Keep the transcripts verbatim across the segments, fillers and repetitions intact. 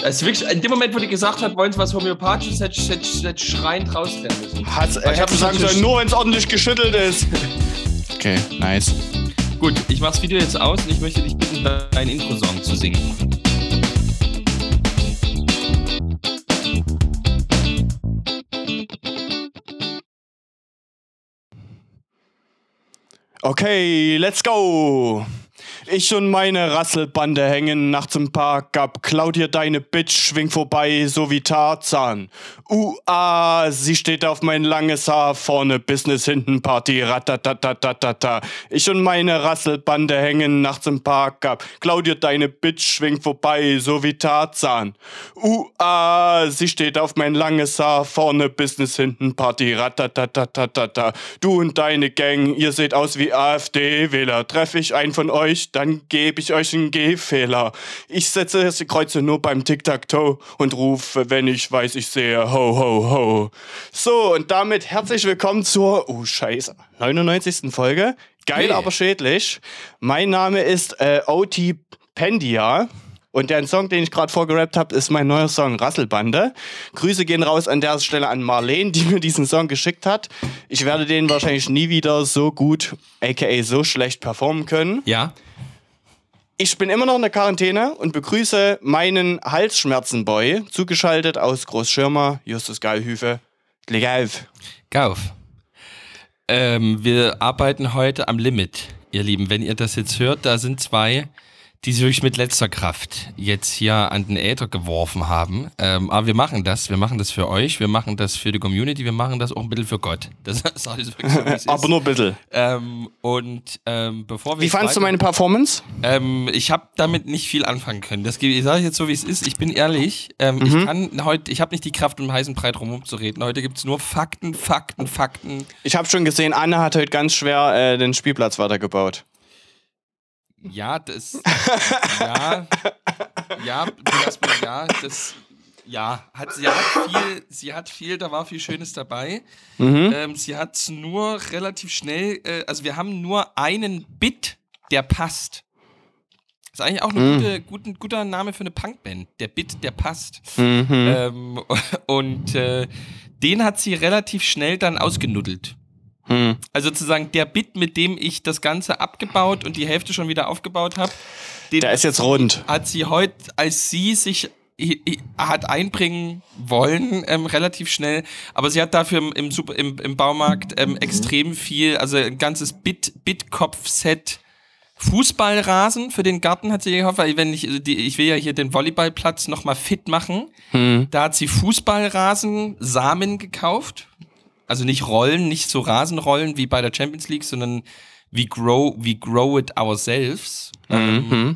Also wirklich, in dem Moment, wo die gesagt hat, wollen sie was Homöopathisches, hätte ich, hätte ich, hätte ich schreiend rausrennen müssen. Hat's, äh, ich habe sagen sollen, nur wenn es ordentlich geschüttelt ist. Okay, nice. Gut, ich mach's Video jetzt aus und ich möchte dich bitten, deinen Intro-Song zu singen. Okay, let's go. Ich und meine Rasselbande hängen nachts im Park ab. Klaut dir deine Bitch, schwing vorbei, so wie Tarzan. Ua, sie steht auf mein langes Haar. Vorne Business, hinten Party, ratatatatata. Ich und meine Rasselbande hängen nachts im Park ab. Klaut dir deine Bitch, schwing vorbei, so wie Tarzan. Ua, sie steht auf mein langes Haar. Vorne Business, hinten Party, ratatatatata. Du und deine Gang, ihr seht aus wie AfD-Wähler. Treff ich einen von euch, dann gebe ich euch einen Gehfehler. Ich setze die Kreuze nur beim Tic-Tac-Toe und rufe, wenn ich weiß, ich sehe, ho, ho, ho. So, und damit herzlich willkommen zur, oh scheiße, neunundneunzigsten Folge. Geil, yeah. Aber schädlich. Mein Name ist äh, O T Pendia. Und der Song, den ich gerade vorgerappt habe, ist mein neuer Song Rasselbande. Grüße gehen raus an der Stelle an Marlene, die mir diesen Song geschickt hat. Ich werde den wahrscheinlich nie wieder so gut, aka so schlecht performen können. Ja. Ich bin immer noch in der Quarantäne und begrüße meinen Halsschmerzenboy, zugeschaltet aus Großschirmer, Justus Geilhüfe. Leg auf. Gauf. Ähm, wir arbeiten heute am Limit, ihr Lieben. Wenn ihr das jetzt hört, da sind zwei, die sich wirklich mit letzter Kraft jetzt hier an den Äther geworfen haben. Ähm, aber wir machen das, wir machen das für euch, wir machen das für die Community, wir machen das auch ein bisschen für Gott. Das ist alles wirklich so, wie es ist. Aber nur ein bisschen. Ähm, und ähm, bevor wir Wie fandst du meine Performance? Ähm, ich habe damit nicht viel anfangen können. Das ich sage jetzt so, wie es ist. Ich bin ehrlich, ähm, Mhm. ich kann heute, ich habe nicht die Kraft, um heißen Breit rum zu reden. Heute gibt es nur Fakten, Fakten, Fakten. Ich habe schon gesehen, Anne hat heute ganz schwer äh, den Spielplatz weitergebaut. Ja, das. ja. Ja, erstmal ja, das. Ja, hat, sie hat viel, sie hat viel, da war viel Schönes dabei. Mhm. Ähm, sie hat es nur relativ schnell, äh, also wir haben nur einen Bit, der passt. Das ist eigentlich auch ein mhm. gute, guten, guter Name für eine Punkband. Der Bit, der passt. Mhm. Ähm, und äh, den hat sie relativ schnell dann ausgenuddelt. Hm. Also sozusagen der Bit, mit dem ich das Ganze abgebaut und die Hälfte schon wieder aufgebaut habe, Der ist jetzt rund. Hat sie heute, als sie sich i- i- hat einbringen wollen, ähm, relativ schnell, aber sie hat dafür im, im, Super, im, im Baumarkt ähm, extrem viel, also ein ganzes Bit, Bit-Kopf-Set Fußballrasen für den Garten hat sie gekauft, weil wenn ich, die, ich will ja hier den Volleyballplatz nochmal fit machen, Hm. da hat sie Fußballrasen, Samen gekauft. Also nicht Rollen, nicht so Rasenrollen wie bei der Champions League, sondern we grow, we grow it ourselves. Mhm. Ähm,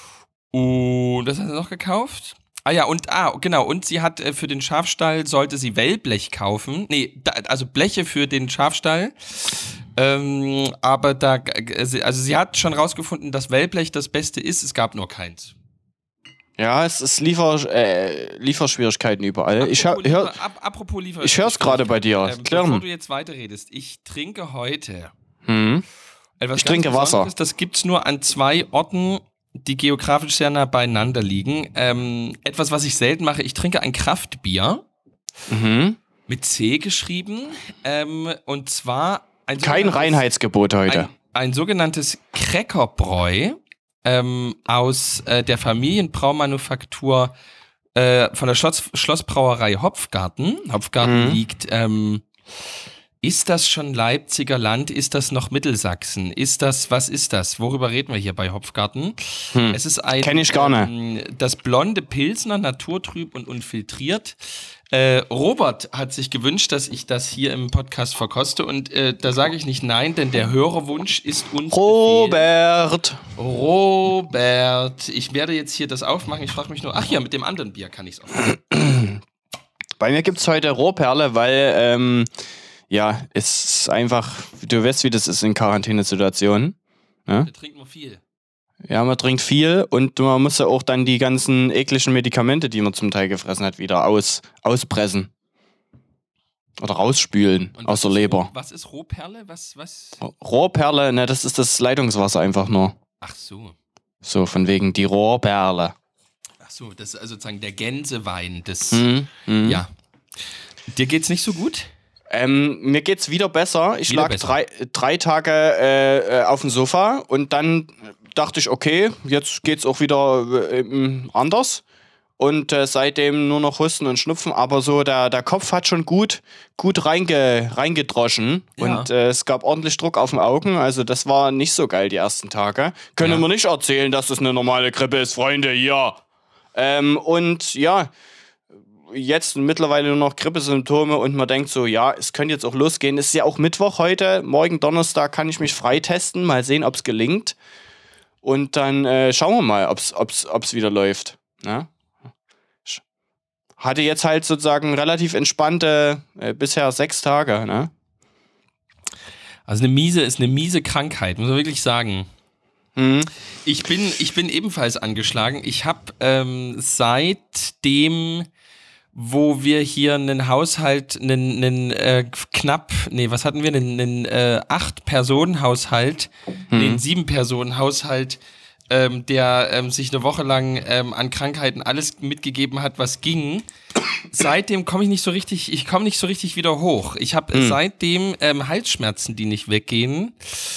und das hat sie noch gekauft. Ah ja, und ah, genau, und sie hat äh, für den Schafstall, sollte sie Wellblech kaufen. Nee, da, also Bleche für den Schafstall. Ähm, aber da, also sie hat schon rausgefunden, dass Wellblech das Beste ist, es gab nur keins. Ja, es ist Liefer, äh, Lieferschwierigkeiten überall. Apropos ich hör, Liefer- hör, ap- apropos Liefer- ich hör's gerade bei dir. Ähm, Klär bevor mal. du jetzt weiterredest, ich trinke heute Hm. etwas Ich ganz trinke Wasser. Besonderes. Das gibt's nur an zwei Orten, die geografisch sehr nah beieinander liegen. Ähm, etwas, was ich selten mache, ich trinke ein Kraftbier, Mhm. mit C geschrieben, ähm, und zwar ein Kein sogenanntes- Reinheitsgebot heute. Ein, ein sogenanntes Crackerbräu ähm, aus äh, der Familienbraumanufaktur äh, von der Schloss, Schlossbrauerei Hopfgarten. Hopfgarten Mhm. liegt, ähm, ist das schon Leipziger Land? Ist das noch Mittelsachsen? Ist das, was ist das? Worüber reden wir hier bei Hopfgarten? Hm. Es ist ein, Kenn ich gar nicht. ähm, das blonde Pilsner, naturtrüb und unfiltriert. Äh, Robert hat sich gewünscht, dass ich das hier im Podcast verkoste und äh, da sage ich nicht nein, denn der Hörerwunsch ist uns Befehl. Robert. Robert, ich werde jetzt hier das aufmachen. Ich frage mich nur, ach ja, mit dem anderen Bier kann ich es aufmachen. Bei mir gibt's heute Rohperle, weil, ähm, ja, es ist einfach, du weißt, wie das ist in Quarantänesituationen. Ja? Wir trinken nur viel. Ja, man trinkt viel und man muss ja auch dann die ganzen ekligen Medikamente, die man zum Teil gefressen hat, wieder aus, auspressen. Oder rausspülen Und aus was der ist Leber. Roh- Was ist Rohperle? Was, was? Rohrperle, ne, das ist das Leitungswasser einfach nur. Ach so. So, von wegen die Rohrperle. Ach so, das ist also sozusagen der Gänsewein des, Mhm. Mhm. ja. Dir geht's nicht so gut? Ähm, mir geht's wieder besser. Ich Wieder lag besser. Drei, drei Tage äh, äh, auf dem Sofa und dann dachte ich, okay, jetzt geht's auch wieder äh, ähm, anders. Und äh, seitdem nur noch Husten und Schnupfen, aber so der, der Kopf hat schon gut, gut reinge, reingedroschen Ja. und äh, es gab ordentlich Druck auf den Augen, also das war nicht so geil die ersten Tage. Können Ja. wir nicht erzählen, dass das eine normale Grippe ist, Freunde, ja. Ähm, und ja, jetzt mittlerweile nur noch Grippesymptome und man denkt so, ja, es könnte jetzt auch losgehen. Es ist ja auch Mittwoch heute, morgen Donnerstag kann ich mich freitesten, mal sehen, ob es gelingt. Und dann äh, schauen wir mal, ob es wieder läuft. Ne? Hatte jetzt halt sozusagen relativ entspannte, äh, bisher sechs Tage. Ne? Also eine miese, ist eine miese Krankheit, muss man wirklich sagen. Mhm. Ich bin, ich bin ebenfalls angeschlagen. Ich habe ähm, seitdem, wo wir hier einen Haushalt, einen, einen äh, knapp, nee, was hatten wir, einen, einen äh, Acht-Personen-Haushalt, Mhm. den Sieben-Personen-Haushalt, ähm, der ähm, sich eine Woche lang ähm, an Krankheiten alles mitgegeben hat, was ging. Seitdem komme ich nicht so richtig, ich komme nicht so richtig wieder hoch. Ich habe Mhm. seitdem ähm, Halsschmerzen, die nicht weggehen.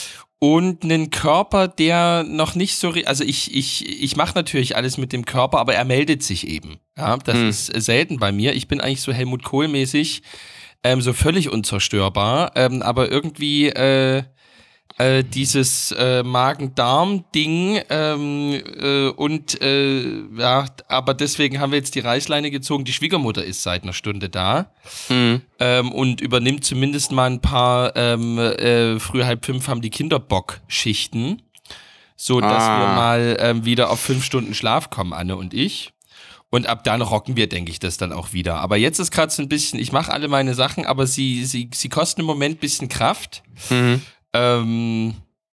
Und einen Körper, der noch nicht so, re- also ich, ich, ich mache natürlich alles mit dem Körper, aber er meldet sich eben. Ja, das Hm. ist selten bei mir. Ich bin eigentlich so Helmut Kohl-mäßig, ähm, so völlig unzerstörbar, ähm, aber irgendwie äh, äh, dieses äh, Magen-Darm-Ding ähm, äh, und äh, ja, aber deswegen haben wir jetzt die Reißleine gezogen. Die Schwiegermutter ist seit einer Stunde da. Mhm. Ähm, und übernimmt zumindest mal ein paar, ähm, äh, früh halb fünf haben die Kinder Bock-Schichten, so dass Ah. wir mal ähm, wieder auf fünf Stunden Schlaf kommen, Anne und ich. Und ab dann rocken wir, denke ich, das dann auch wieder. Aber jetzt ist gerade so ein bisschen, ich mache alle meine Sachen, aber sie, sie, sie kosten im Moment ein bisschen Kraft. Mhm. Ähm,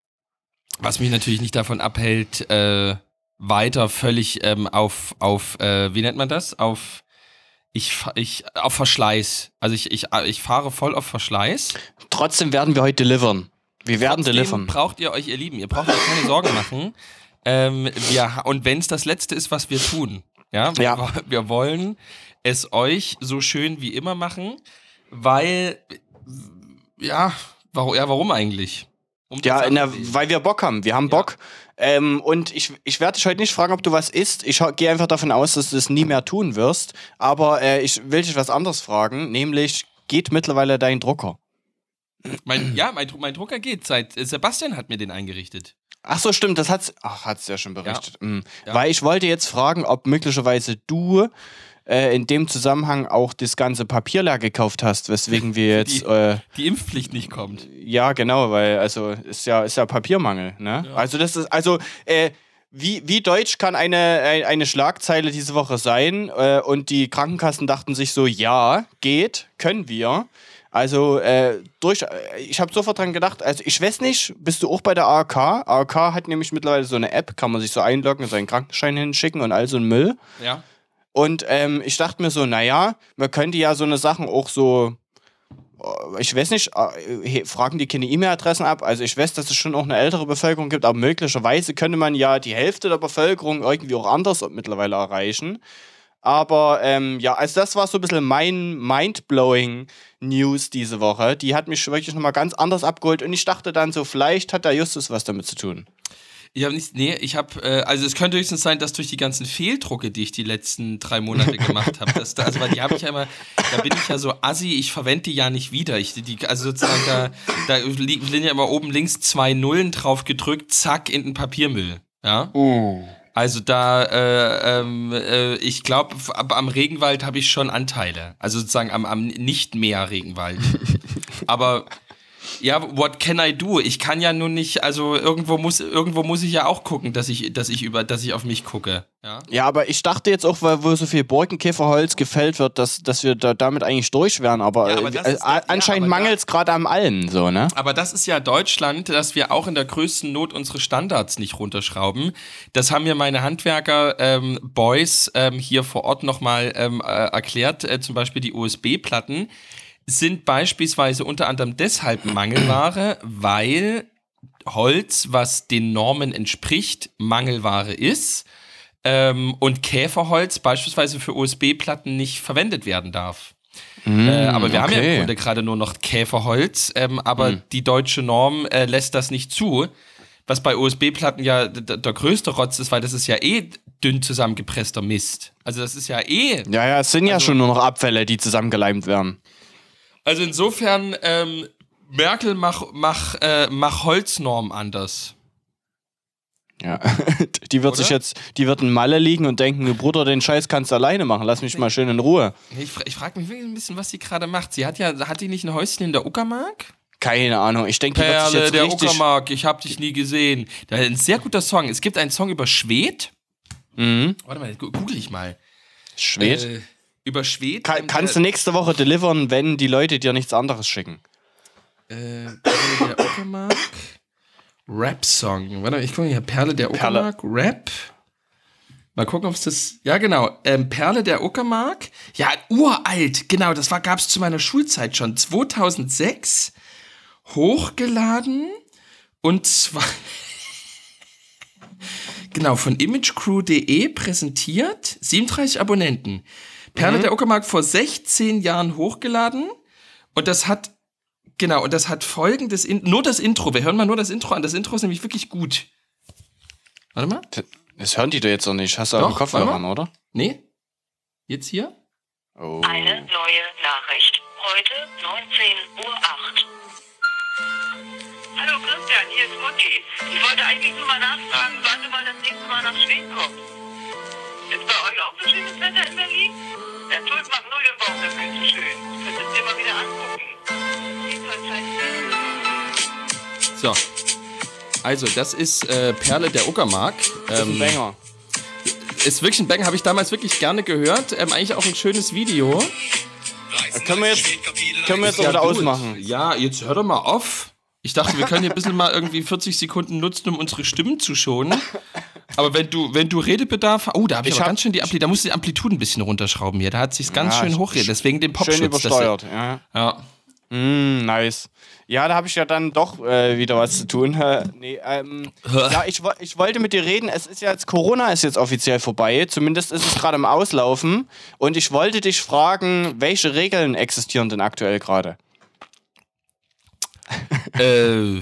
was mich natürlich nicht davon abhält, äh, weiter völlig ähm, auf, auf äh, wie nennt man das? Auf Ich, fa- ich, auf Verschleiß. Also ich, ich, ich fahre voll auf Verschleiß. Trotzdem werden wir heute delivern. Wir werden Trotzdem delivern. braucht ihr euch, ihr Lieben, ihr braucht euch keine Sorgen machen. Ähm, wir, und wenn es das Letzte ist, was wir tun, ja, Ja. Wir, wir wollen es euch so schön wie immer machen, weil, ja, warum, ja, warum eigentlich? Um die Ja, Sache na, willen. weil wir Bock haben. Wir haben Bock. Ähm, und ich, ich werde dich heute nicht fragen, ob du was isst. Ich gehe einfach davon aus, dass du es nie mehr tun wirst. Aber äh, ich will dich was anderes fragen, nämlich geht mittlerweile dein Drucker? mein, ja, mein, Dru- mein Drucker geht seit, äh, Sebastian hat mir den eingerichtet. Ach so, stimmt, das hat's, ach, hat's ja schon berichtet. Mhm. Ja. Weil ich wollte jetzt fragen, ob möglicherweise du äh, in dem Zusammenhang auch das ganze Papier leer gekauft hast, weswegen wir jetzt, Die- äh, Die Impfpflicht nicht kommt. ja, genau, weil, also, ist ja, ist ja Papiermangel, ne? Ja. Also, das ist, also, äh, wie, wie deutsch kann eine, ein- eine Schlagzeile diese Woche sein? Äh, und die Krankenkassen dachten sich so, ja, geht, können wir. Also, äh, durch, äh, ich habe sofort dran gedacht, also ich weiß nicht, bist du auch bei der A H K? A H K hat nämlich mittlerweile so eine App, kann man sich so einloggen, seinen Krankenschein hinschicken und all so ein Müll. Ja. Und ähm, ich dachte mir so, naja, man könnte ja so eine Sachen auch so, äh, ich weiß nicht, äh, he- fragen die keine E-Mail-Adressen ab. Also ich weiß, dass es schon auch eine ältere Bevölkerung gibt, aber möglicherweise könnte man ja die Hälfte der Bevölkerung irgendwie auch anders mittlerweile erreichen. Aber ähm, ja, also das war so ein bisschen mein mindblowing News diese Woche. Die hat mich wirklich nochmal ganz anders abgeholt und ich dachte dann so, vielleicht hat der Justus was damit zu tun. Ich habe nicht, nee, ich habe, äh, also es könnte höchstens sein, dass durch die ganzen Fehldrucke, die ich die letzten drei Monate gemacht habe, dass da, also weil die habe ich ja immer, da bin ich ja so assi, ich verwende die ja nicht wieder. Ich, die, also sozusagen da, da li- sind ja immer oben links zwei Nullen drauf gedrückt, zack, in den Papiermüll. Ja. Also da, äh, ähm, äh, ich glaube, am Regenwald habe ich schon Anteile. Also sozusagen am, am nicht mehr Regenwald. Aber ja, what can I do? Ich kann ja nun nicht, also irgendwo muss, irgendwo muss ich ja auch gucken, dass ich, dass ich über, dass ich auf mich gucke. Ja, Ja, aber ich dachte jetzt auch, weil wo so viel Borkenkäferholz gefällt wird, dass, dass wir da damit eigentlich durch wären. Aber, Ja, aber äh, das äh, ist- ja, anscheinend aber da- mangelt es gerade am allen, so, ne? Aber das ist ja Deutschland, dass wir auch in der größten Not unsere Standards nicht runterschrauben. Das haben mir meine Handwerker ähm, Boys ähm, hier vor Ort nochmal ähm, äh, erklärt. Äh, zum Beispiel die U S B-Platten sind beispielsweise unter anderem deshalb Mangelware, weil Holz, was den Normen entspricht, Mangelware ist. ähm, und Käferholz beispielsweise für U S B-Platten nicht verwendet werden darf. Mm, äh, aber wir okay. haben ja im Grunde gerade nur noch Käferholz, ähm, aber mm. die deutsche Norm äh, lässt das nicht zu, was bei U S B-Platten ja d- der größte Rotz ist, weil das ist ja eh dünn zusammengepresster Mist. Also das ist ja eh... Ja, ja, es sind also, ja schon nur noch Abfälle, die zusammengeleimt werden. Also insofern, ähm, Merkel, mach, mach, äh, mach Holznorm anders. Ja, die wird Oder? sich jetzt, die wird in Malle liegen und denken, Bruder, den Scheiß kannst du alleine machen, lass mich mal schön in Ruhe. Ich, ich frage mich wirklich ein bisschen, was sie gerade macht. Sie hat ja, hat die nicht ein Häuschen in der Uckermark? Keine Ahnung, ich denke, die wird sich jetzt der richtig... Uckermark, ich hab dich nie gesehen. Das ist ein sehr guter Song. Es gibt einen Song über Schwedt. Mhm. Warte mal, google ich mal. Schwedt? Äh, über Schwedt. Ka- ähm, kannst du nächste Woche delivern, wenn die Leute dir nichts anderes schicken? Äh, der Uckermark... Rap-Song. Warte, ich gucke hier. Perle der Uckermark. Perle. Rap. Mal gucken, ob es das... Ja, genau. Ähm, Perle der Uckermark. Ja, uralt. Genau, das war, gab's zu meiner Schulzeit schon. zweitausendsechs. Hochgeladen. Und zwar... genau, von imagecrew punkt de präsentiert. siebenunddreißig Abonnenten. Perle mhm. der Uckermark vor sechzehn Jahren hochgeladen. Und das hat... Genau, und das hat folgendes, In- nur das Intro, wir hören mal nur das Intro an, das Intro ist nämlich wirklich gut. Warte mal. Das hören die doch jetzt noch nicht, hast du auf dem Kopfhörer, oder? Nee, jetzt hier. Oh. Eine neue Nachricht, heute neunzehn Uhr acht. Hallo Christian, hier ist Mutti. Ich wollte eigentlich nur mal nachfragen, wann du mal das nächste Mal nach Schweden kommst. Ist bei euch auch so schönes Wetter in Berlin? Der Tulpenmagnolienbaum, das ist so schön. Könntest du dir mal wieder angucken. So, also das ist äh, Perle der Uckermark. Das ist ein Banger. Ist wirklich ein Banger, habe ich damals wirklich gerne gehört. Ähm, eigentlich auch ein schönes Video. Da können wir jetzt, können wir jetzt auch wieder ausmachen. Ja, jetzt hör doch mal auf. Ich dachte, wir können hier ein bisschen mal irgendwie vierzig Sekunden nutzen, um unsere Stimmen zu schonen. Aber wenn du, wenn du Redebedarf... Oh, da habe ich, ich aber hab, ganz schön die Amplitude... Da musst du die Amplitude ein bisschen runterschrauben hier. Da hat sich's ganz ja, schön hochgeredet. Deswegen den Popschutz. Schön übersteuert, das, ja. Ja. Mm, nice. Ja, da habe ich ja dann doch äh, wieder was zu tun. Äh, nee, ähm, ja, ich, ich wollte mit dir reden. Es ist ja jetzt, Corona ist jetzt offiziell vorbei. Zumindest ist es gerade im Auslaufen. Und ich wollte dich fragen, welche Regeln existieren denn aktuell gerade? äh,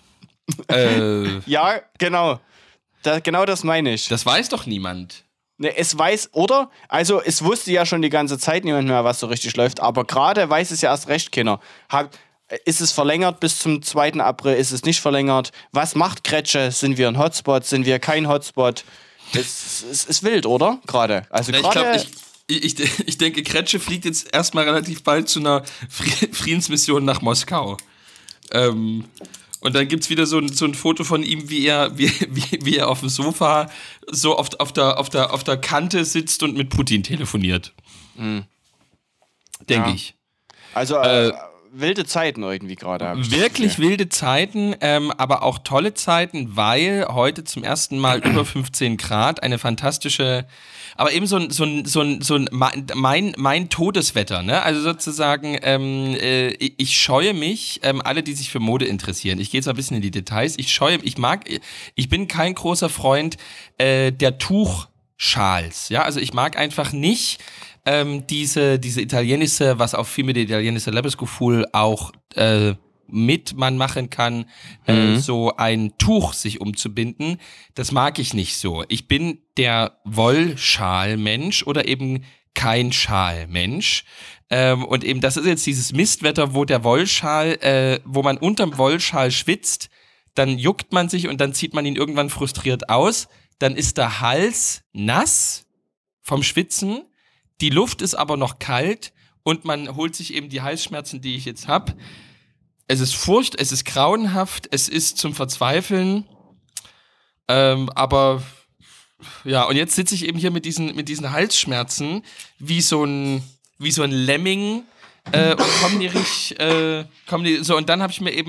äh. Ja, genau. Da, genau das meine ich. Das weiß doch niemand. Ne, es weiß, oder? Also, es wusste ja schon die ganze Zeit niemand mehr, was so richtig läuft. Aber gerade weiß es ja erst recht keiner. Hat, ist es verlängert bis zum zweiten April? Ist es nicht verlängert? Was macht Kretsche? Sind wir ein Hotspot? Sind wir kein Hotspot? Es, es ist wild, oder? Gerade. Also ich glaube, ich, ich, ich denke, Kretsche fliegt jetzt erstmal relativ bald zu einer Friedensmission nach Moskau. Ähm... Und dann gibt's wieder so ein, so ein Foto von ihm, wie er, wie, wie, wie er auf dem Sofa so auf, auf, der, auf, der, auf der Kante sitzt und mit Putin telefoniert. Mhm. Denke ja. ich. Also äh, äh, wilde Zeiten irgendwie gerade. Wirklich wilde Zeiten, ähm, aber auch tolle Zeiten, weil heute zum ersten Mal über fünfzehn Grad, eine fantastische... Aber eben so ein, so ein, so ein, so ein mein, mein Todeswetter, ne? Also sozusagen, ähm, äh, ich scheue mich, ähm, alle, die sich für Mode interessieren. Ich gehe jetzt mal ein bisschen in die Details. Ich scheue, ich mag, ich bin kein großer Freund äh, der Tuchschals, ja? Also ich mag einfach nicht ähm, diese, diese italienische, was auch viel mit der italienische Lebensgefühl auch äh, mit man machen kann, äh, mhm. so ein Tuch sich umzubinden, das mag ich nicht so. Ich bin der Wollschal-Mensch oder eben kein Schal-Mensch. Ähm, und eben, das ist jetzt dieses Mistwetter, wo der Wollschal, äh, wo man unterm Wollschal schwitzt, dann juckt man sich und dann zieht man ihn irgendwann frustriert aus. Dann ist der Hals nass vom Schwitzen, die Luft ist aber noch kalt und man holt sich eben die Halsschmerzen, die ich jetzt habe. Es ist furcht, es ist grauenhaft, es ist zum Verzweifeln, ähm, aber ja, und jetzt sitze ich eben hier mit diesen, mit diesen Halsschmerzen, wie so ein, wie so ein Lemming, äh, und komm nicht, äh, komm nicht, so, und dann habe ich mir eben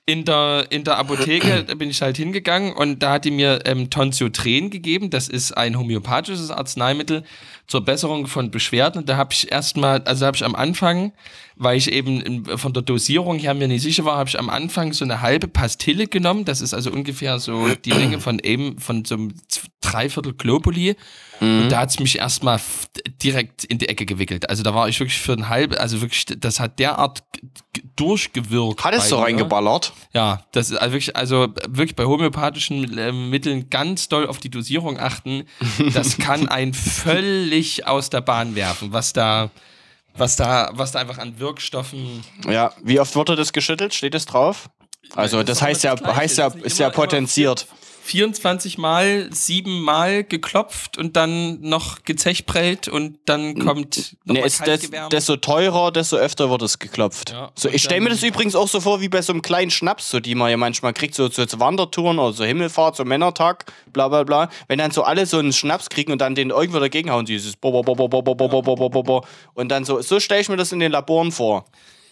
in der, in der Apotheke bin ich halt hingegangen und da hat die mir ähm, Tonsutren gegeben. Das ist ein homöopathisches Arzneimittel zur Besserung von Beschwerden. Und da habe ich erstmal, also habe ich am Anfang, weil ich eben in, von der Dosierung her mir nicht sicher war, habe ich am Anfang so eine halbe Pastille genommen. Das ist also ungefähr so die Länge von eben, von so einem Dreiviertel Globuli. Mhm. Und da hat es mich erstmal f- direkt in die Ecke gewickelt. Also da war ich wirklich für ein halbe, also wirklich, das hat derart g- g- durchgewirkt. Hat es so bei mir. reingeballert? Ja, das ist also wirklich, also wirklich bei homöopathischen äh, Mitteln ganz doll auf die Dosierung achten. Das kann einen völlig aus der Bahn werfen, was da, was da, was da einfach an Wirkstoffen. Ja, wie oft wurde das geschüttelt? Steht das drauf? Also Das das ist auch heißt immer ja, das Gleiche. heißt ja, Das ist nicht ist ja immer- immer potenziert. vierundzwanzig Mal, sieben Mal geklopft und dann noch gezechprellt und dann kommt noch Nee, mal ist kalt das, gewärmt. desto teurer, desto öfter wird es geklopft. Ja, so, und ich stelle mir dann- das übrigens auch so vor, wie bei so einem kleinen Schnaps, so die man ja manchmal kriegt, so, so zu Wandertouren oder so Himmelfahrt, so Männertag, bla bla bla. Wenn dann so alle so einen Schnaps kriegen und dann den irgendwo dagegen hauen, dieses bo bo bo bo bo bo bo bo bo bo bo und dann so, so stelle ich mir das in den Laboren vor.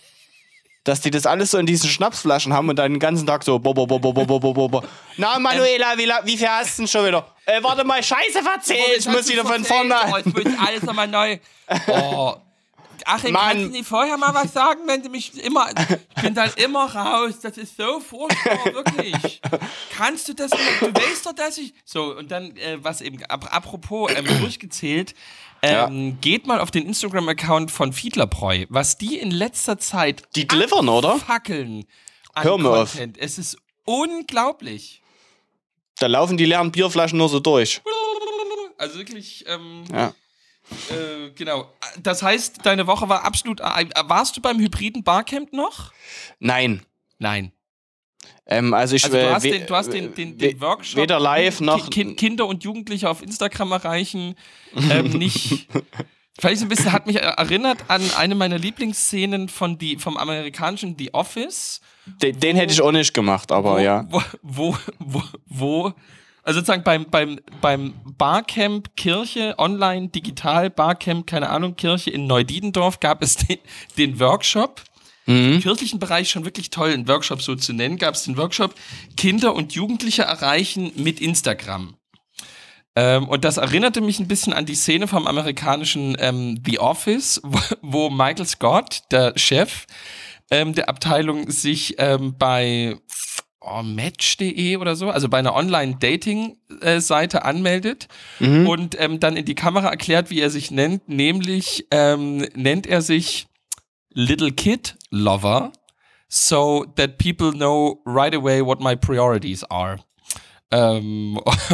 Dass die das alles so in diesen Schnapsflaschen haben und dann den ganzen Tag so bo bo bo bo bo bo bo bo. Na Manuela, wie, la- wie viel hast du denn schon wieder? Äh, warte mal, Scheiße verzählt, ich muss wieder von vorne. Oh, ich muss alles nochmal neu. Oh. Achim, Mann. kannst du nicht vorher mal was sagen, wenn du mich immer. Ich bin dann immer raus. Das ist so furchtbar, wirklich. Kannst du das nicht? Du weißt doch, dass ich. So, und dann, äh, was eben, ap- apropos, ähm, durchgezählt, ähm, geht mal auf den Instagram-Account von Fiedlerbräu, was die in letzter Zeit. Die delivern, oder? Fackeln an Hör mir auf. Content. Es ist unglaublich. Da laufen die leeren Bierflaschen nur so durch. Also wirklich, ähm. Ja. Äh, genau. Das heißt, deine Woche war absolut. Äh, warst du beim hybriden Barcamp noch? Nein. Nein. Ähm, also ich Also du äh, hast we- den, du hast den, den, we- den Workshop. weder live noch Ki- Kinder und Jugendliche auf Instagram erreichen. Ähm, nicht. Vielleicht so ein bisschen hat mich erinnert an eine meiner Lieblingsszenen von die, vom amerikanischen The Office. den, den hätte ich auch nicht gemacht, aber wo, ja. Wo, wo, wo, wo also sozusagen beim, beim, beim Barcamp Kirche, online, digital, Barcamp, keine Ahnung, Kirche in Neudiedendorf gab es den, den Workshop. Im kirchlichen Bereich schon wirklich toll, einen Workshop so zu nennen, gab es den Workshop Kinder und Jugendliche erreichen mit Instagram. Ähm, und das erinnerte mich ein bisschen an die Szene vom amerikanischen ähm, The Office, wo, wo Michael Scott, der Chef ähm, der Abteilung, sich ähm, bei oh, Match punkt de oder so, also bei einer Online-Dating-Seite anmeldet Mhm. und ähm, dann in die Kamera erklärt, wie er sich nennt, nämlich ähm, nennt er sich Little Kid Lover, so that people know right away what my priorities are. Ähm,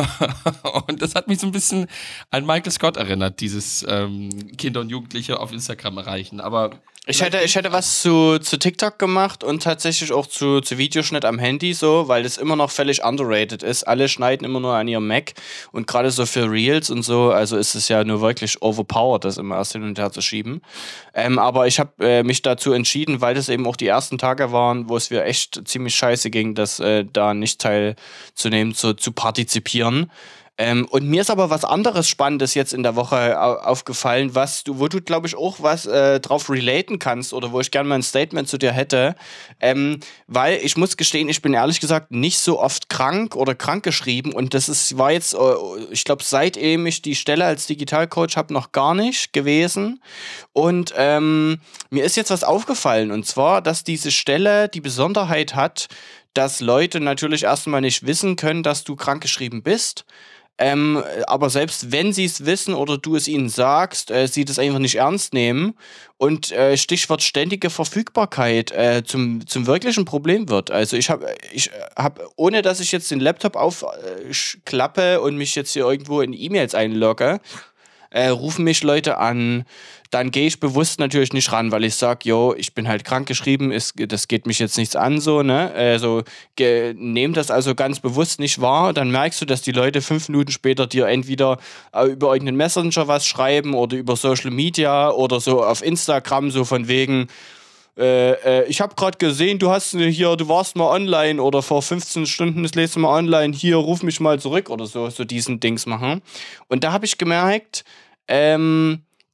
und das hat mich so ein bisschen an Michael Scott erinnert, dieses ähm, Kinder und Jugendliche auf Instagram erreichen. Aber Ich hätte, ich hätte was zu, zu TikTok gemacht und tatsächlich auch zu, zu Videoschnitt am Handy so, weil das immer noch völlig underrated ist. Alle schneiden immer nur an ihrem Mac und gerade so für Reels und so, also ist es ja nur wirklich overpowered, das immer erst hin und her zu schieben. Ähm, aber ich habe äh, mich dazu entschieden, weil das eben auch die ersten Tage waren, wo es mir echt ziemlich scheiße ging, dass äh, da nicht teilzunehmen, zu, zu partizipieren. Ähm, und mir ist aber was anderes Spannendes jetzt in der Woche au- aufgefallen, was du, wo du, glaube ich, auch was äh, drauf relaten kannst oder wo ich gerne mal ein Statement zu dir hätte. Ähm, weil ich muss gestehen, ich bin ehrlich gesagt nicht so oft krank oder krankgeschrieben und das ist, war jetzt, äh, ich glaube, seitdem ich die Stelle als Digitalcoach habe, noch gar nicht gewesen. Und ähm, mir ist jetzt was aufgefallen und zwar, dass diese Stelle die Besonderheit hat, dass Leute natürlich erstmal nicht wissen können, dass du krankgeschrieben bist. Ähm, aber selbst wenn sie es wissen oder du es ihnen sagst, äh, sie das einfach nicht ernst nehmen und äh, Stichwort ständige Verfügbarkeit äh, zum, zum wirklichen Problem wird. Also ich habe, ich hab, ohne dass ich jetzt den Laptop aufklappe und mich jetzt hier irgendwo in E-Mails einlogge, äh, rufen mich Leute an, dann gehe ich bewusst natürlich nicht ran, weil ich sage, jo, ich bin halt krankgeschrieben, ist, das geht mich jetzt nichts an, so, ne? Also, ge, nehm das also ganz bewusst nicht wahr, dann merkst du, dass die Leute fünf Minuten später dir entweder äh, über irgendeinen Messenger was schreiben oder über Social Media oder so auf Instagram, so von wegen, äh, äh, ich habe gerade gesehen, du hast hier, du warst mal online oder vor fünfzehn Stunden das letzte Mal online, hier, ruf mich mal zurück oder so, so diesen Dings machen. Und da habe ich gemerkt, ähm,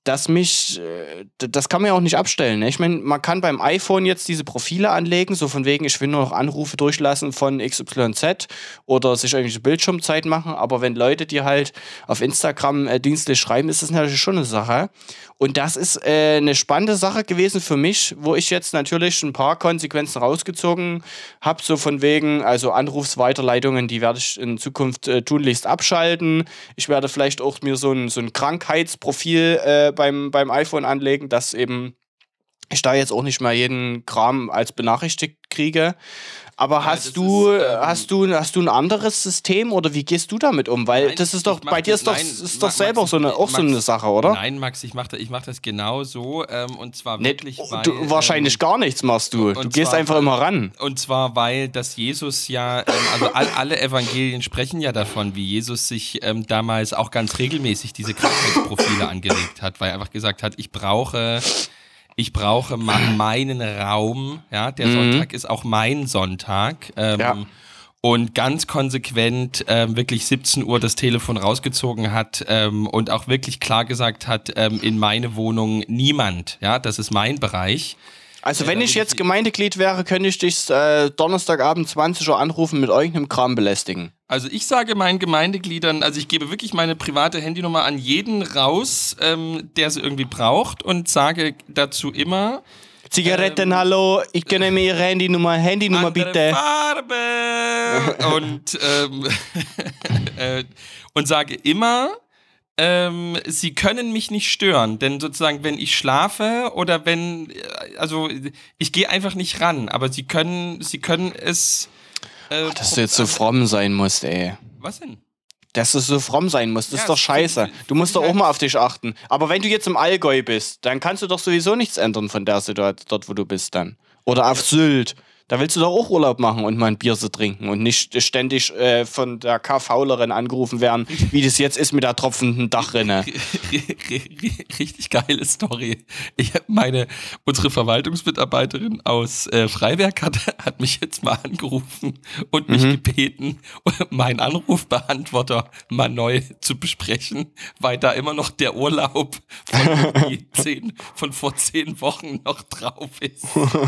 dass mich, äh, das kann man ja auch nicht abstellen. Ne? Ich meine, man kann beim iPhone jetzt diese Profile anlegen, so von wegen, ich will nur noch Anrufe durchlassen von X Y Z oder sich irgendwelche Bildschirmzeit machen, aber wenn Leute dir halt auf Instagram äh, dienstlich schreiben, ist das natürlich schon eine Sache. Und das ist äh, eine spannende Sache gewesen für mich, wo ich jetzt natürlich ein paar Konsequenzen rausgezogen habe, so von wegen, also Anrufsweiterleitungen, die werde ich in Zukunft äh, tunlichst abschalten. Ich werde vielleicht auch mir so ein, so ein Krankheitsprofil äh, beim, beim iPhone anlegen, dass eben ich da jetzt auch nicht mehr jeden Kram als benachrichtigt kriege. Aber ja, hast du, ist, ähm, hast du hast du ein anderes System oder wie gehst du damit um? Weil nein, das ist doch, bei dir ist doch, nein, ist doch Max, selber so eine, auch Max, so eine Sache, oder? Nein, Max, ich mache ich mach das genau so ähm, und zwar wirklich, Nicht, weil... Du, wahrscheinlich ähm, gar nichts machst du. Du gehst zwar, einfach immer ran. Und zwar, weil das Jesus ja, ähm, also all, alle Evangelien sprechen ja davon, wie Jesus sich ähm, damals auch ganz regelmäßig diese Krankheitsprofile angelegt hat, weil er einfach gesagt hat, ich brauche... Ich brauche ma- meinen Raum, ja, der mhm. Sonntag ist auch mein Sonntag ähm, ja. und ganz konsequent ähm, wirklich siebzehn Uhr das Telefon rausgezogen hat ähm, und auch wirklich klar gesagt hat, ähm, in meine Wohnung niemand, ja, das ist mein Bereich. Also wenn ich jetzt Gemeindeglied wäre, könnte ich dich äh, Donnerstagabend zwanzig Uhr anrufen mit irgendeinem Kram belästigen. Also ich sage meinen Gemeindegliedern, also ich gebe wirklich meine private Handynummer an jeden raus, ähm, der sie irgendwie braucht und sage dazu immer... Zigaretten, ähm, hallo, ich gönne mir Ihre Handynummer, Handynummer bitte. Farbe und, ähm, äh, und sage immer... Ähm, sie können mich nicht stören, denn sozusagen, wenn ich schlafe oder wenn, also ich gehe einfach nicht ran, aber sie können, sie können es. Äh, Ach, dass du jetzt so fromm sein musst, ey. Was denn? Dass du so fromm sein musst, das ja, ist doch scheiße. Du musst doch auch mal auf dich achten. Aber wenn du jetzt im Allgäu bist, dann kannst du doch sowieso nichts ändern von der Situation, dort wo du bist dann. Oder auf Sylt. Da willst du doch auch Urlaub machen und mal ein Bier zu trinken und nicht ständig äh, von der K-Faulerin angerufen werden, wie das jetzt ist mit der tropfenden Dachrinne. Richtig geile Story. Ich hab meine, unsere Verwaltungsmitarbeiterin aus äh, Freiberg hat, hat mich jetzt mal angerufen und mich mhm. gebeten, meinen Anrufbeantworter mal neu zu besprechen, weil da immer noch der Urlaub von, zehn, von vor zehn Wochen noch drauf ist.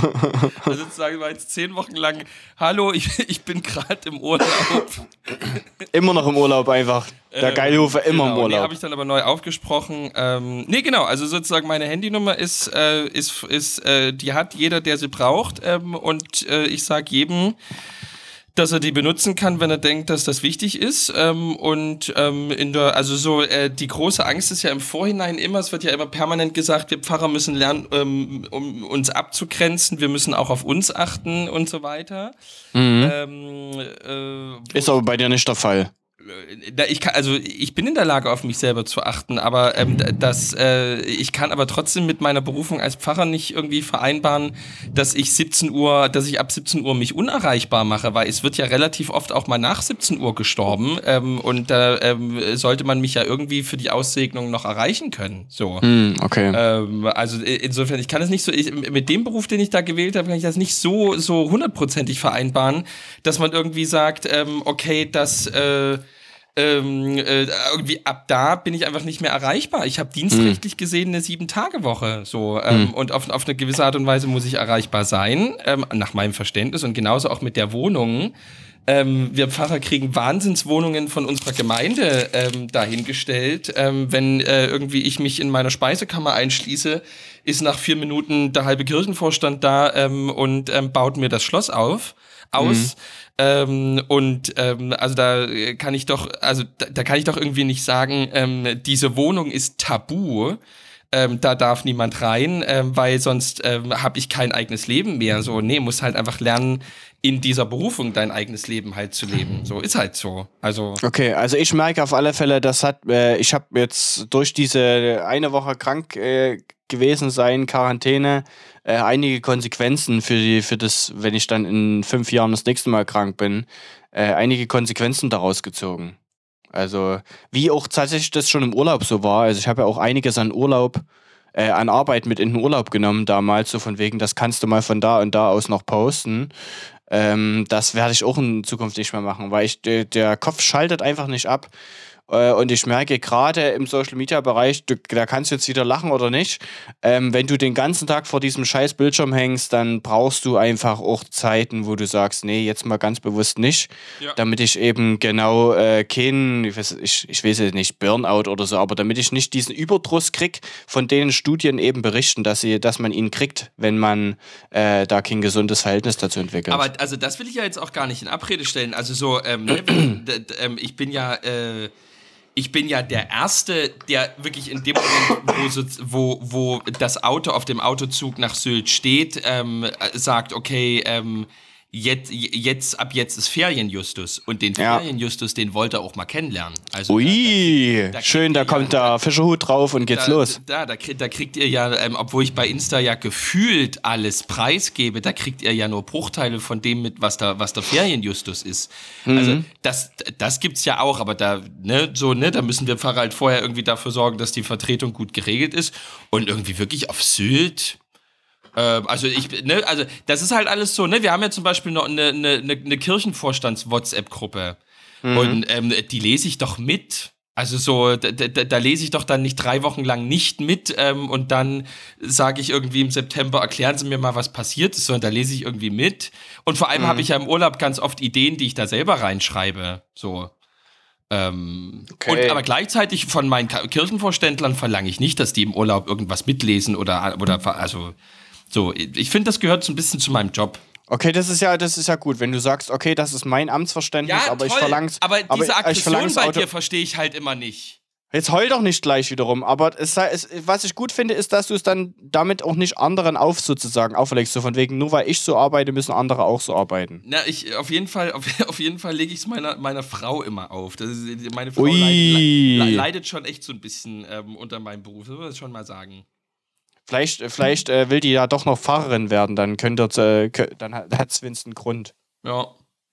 Also sozusagen war jetzt zehn Wochen lang, hallo, ich, ich bin gerade im Urlaub. Immer noch im Urlaub einfach. Der ähm, Geilhofer immer genau, im Urlaub. Nee, habe ich dann aber neu aufgesprochen. Ähm, nee, genau, also sozusagen meine Handynummer ist, äh, ist, ist äh, die hat jeder, der sie braucht. Ähm, und äh, ich sage jedem, dass er die benutzen kann, wenn er denkt, dass das wichtig ist. Ähm, und ähm, in der, also so, äh, die große Angst ist ja im Vorhinein immer, es wird ja immer permanent gesagt, wir Pfarrer müssen lernen, ähm, um uns abzugrenzen, wir müssen auch auf uns achten und so weiter. Mhm. Ähm, äh, ist aber bei dir nicht der Fall. Ich kann, also ich bin in der Lage, auf mich selber zu achten, aber ähm, das, äh, ich kann aber trotzdem mit meiner Berufung als Pfarrer nicht irgendwie vereinbaren, dass ich siebzehn Uhr, dass ich ab siebzehn Uhr mich unerreichbar mache, weil es wird ja relativ oft auch mal nach siebzehn Uhr gestorben ähm, und da ähm, sollte man mich ja irgendwie für die Aussegnung noch erreichen können. So. Hm, okay. Ähm, also insofern, ich kann es nicht so, ich, mit dem Beruf, den ich da gewählt habe, kann ich das nicht so so hundertprozentig vereinbaren, dass man irgendwie sagt, ähm, okay, das äh, Ähm, äh, irgendwie ab da bin ich einfach nicht mehr erreichbar. Ich habe dienstrechtlich gesehen eine Sieben-Tage-Woche so ähm, mhm. und auf, auf eine gewisse Art und Weise muss ich erreichbar sein, ähm, nach meinem Verständnis und genauso auch mit der Wohnung. Ähm, wir Pfarrer kriegen Wahnsinnswohnungen von unserer Gemeinde ähm, dahingestellt. Ähm, wenn äh, irgendwie ich mich in meiner Speisekammer einschließe, ist nach vier Minuten der halbe Kirchenvorstand da ähm, und ähm, baut mir das Schloss auf, aus. Mhm. Ähm, und ähm, also da kann ich doch, also da, da kann ich doch irgendwie nicht sagen, ähm, diese Wohnung ist tabu, ähm, da darf niemand rein, ähm, weil sonst ähm, habe ich kein eigenes Leben mehr. So, nee, muss halt einfach lernen, in dieser Berufung dein eigenes Leben halt zu leben. So ist halt so. Also okay, also ich merke auf alle Fälle, das hat, äh, ich habe jetzt durch diese eine Woche krank äh, gewesen sein, Quarantäne, äh, einige Konsequenzen für die, für das, wenn ich dann in fünf Jahren das nächste Mal krank bin, äh, einige Konsequenzen daraus gezogen. Also, wie auch tatsächlich das schon im Urlaub so war. Also ich habe ja auch einiges an Urlaub, äh, an Arbeit mit in den Urlaub genommen damals, so von wegen, das kannst du mal von da und da aus noch posten. Ähm, das werde ich auch in Zukunft nicht mehr machen, weil ich, der, der Kopf schaltet einfach nicht ab. Äh, und ich merke gerade im Social-Media-Bereich, du, da kannst du jetzt wieder lachen oder nicht, ähm, wenn du den ganzen Tag vor diesem scheiß Bildschirm hängst, dann brauchst du einfach auch Zeiten, wo du sagst, nee, jetzt mal ganz bewusst nicht, ja. damit ich eben genau äh, keinen, ich weiß, ich, ich weiß nicht, Burnout oder so, aber damit ich nicht diesen Überdruss krieg, von denen Studien eben berichten, dass, sie, dass man ihn kriegt, wenn man äh, da kein gesundes Verhältnis dazu entwickelt. Aber also das will ich ja jetzt auch gar nicht in Abrede stellen, also so, ähm, ne, wenn, d- d- ähm, ich bin ja, äh, Ich bin ja der Erste, der wirklich in dem Moment, wo, so, wo, wo das Auto auf dem Autozug nach Sylt steht, ähm, sagt, okay, ähm, jetzt, jetzt, ab jetzt ist Ferienjustus. Und den Ja. Ferienjustus, den wollte er auch mal kennenlernen. Also, Ui, da, da, da schön, da kommt ja, der Fischerhut drauf und geht's da, los. Da, da, da kriegt ihr ja, ähm, obwohl ich bei Insta ja gefühlt alles preisgebe, da kriegt ihr ja nur Bruchteile von dem mit, was da, was der Ferienjustus ist. Mhm. Also das, das gibt's ja auch, aber da, ne, so, ne, da müssen wir Pfarrer halt vorher irgendwie dafür sorgen, dass die Vertretung gut geregelt ist und irgendwie wirklich auf Sylt. Ähm, also ich, ne, also das ist halt alles so, ne, wir haben ja zum Beispiel noch eine, eine, eine Kirchenvorstands-WhatsApp-Gruppe mhm. und ähm, die lese ich doch mit. Also so, da, da, da lese ich doch dann nicht drei Wochen lang nicht mit ähm, und dann sage ich irgendwie im September, erklären Sie mir mal, was passiert ist, sondern da lese ich irgendwie mit. Und vor allem mhm. habe ich ja im Urlaub ganz oft Ideen, die ich da selber reinschreibe. So. Ähm, okay. Und aber gleichzeitig von meinen Kirchenvorständlern verlange ich nicht, dass die im Urlaub irgendwas mitlesen oder, oder also so. Ich finde, das gehört so ein bisschen zu meinem Job. Okay, das ist ja, das ist ja gut, wenn du sagst, okay, das ist mein Amtsverständnis, ja, aber toll. ich verlang's. Aber diese aber Aggression ich bei Auto- dir verstehe ich halt immer nicht. Jetzt heul doch nicht gleich wiederum, aber es, es, was ich gut finde, ist, dass du es dann damit auch nicht anderen auf sozusagen auferlegst, so von wegen, nur weil ich so arbeite, müssen andere auch so arbeiten. Na, ich, auf jeden Fall, auf, auf jeden Fall lege ich es meiner, meiner Frau immer auf. Das ist, meine Frau Ui. leidet, leidet schon echt so ein bisschen ähm, unter meinem Beruf, das muss ich schon mal sagen. Vielleicht, vielleicht äh, will die ja doch noch Pfarrerin werden, dann könnt ihr, äh, könnt, dann hat es wenigstens einen Grund. Ja.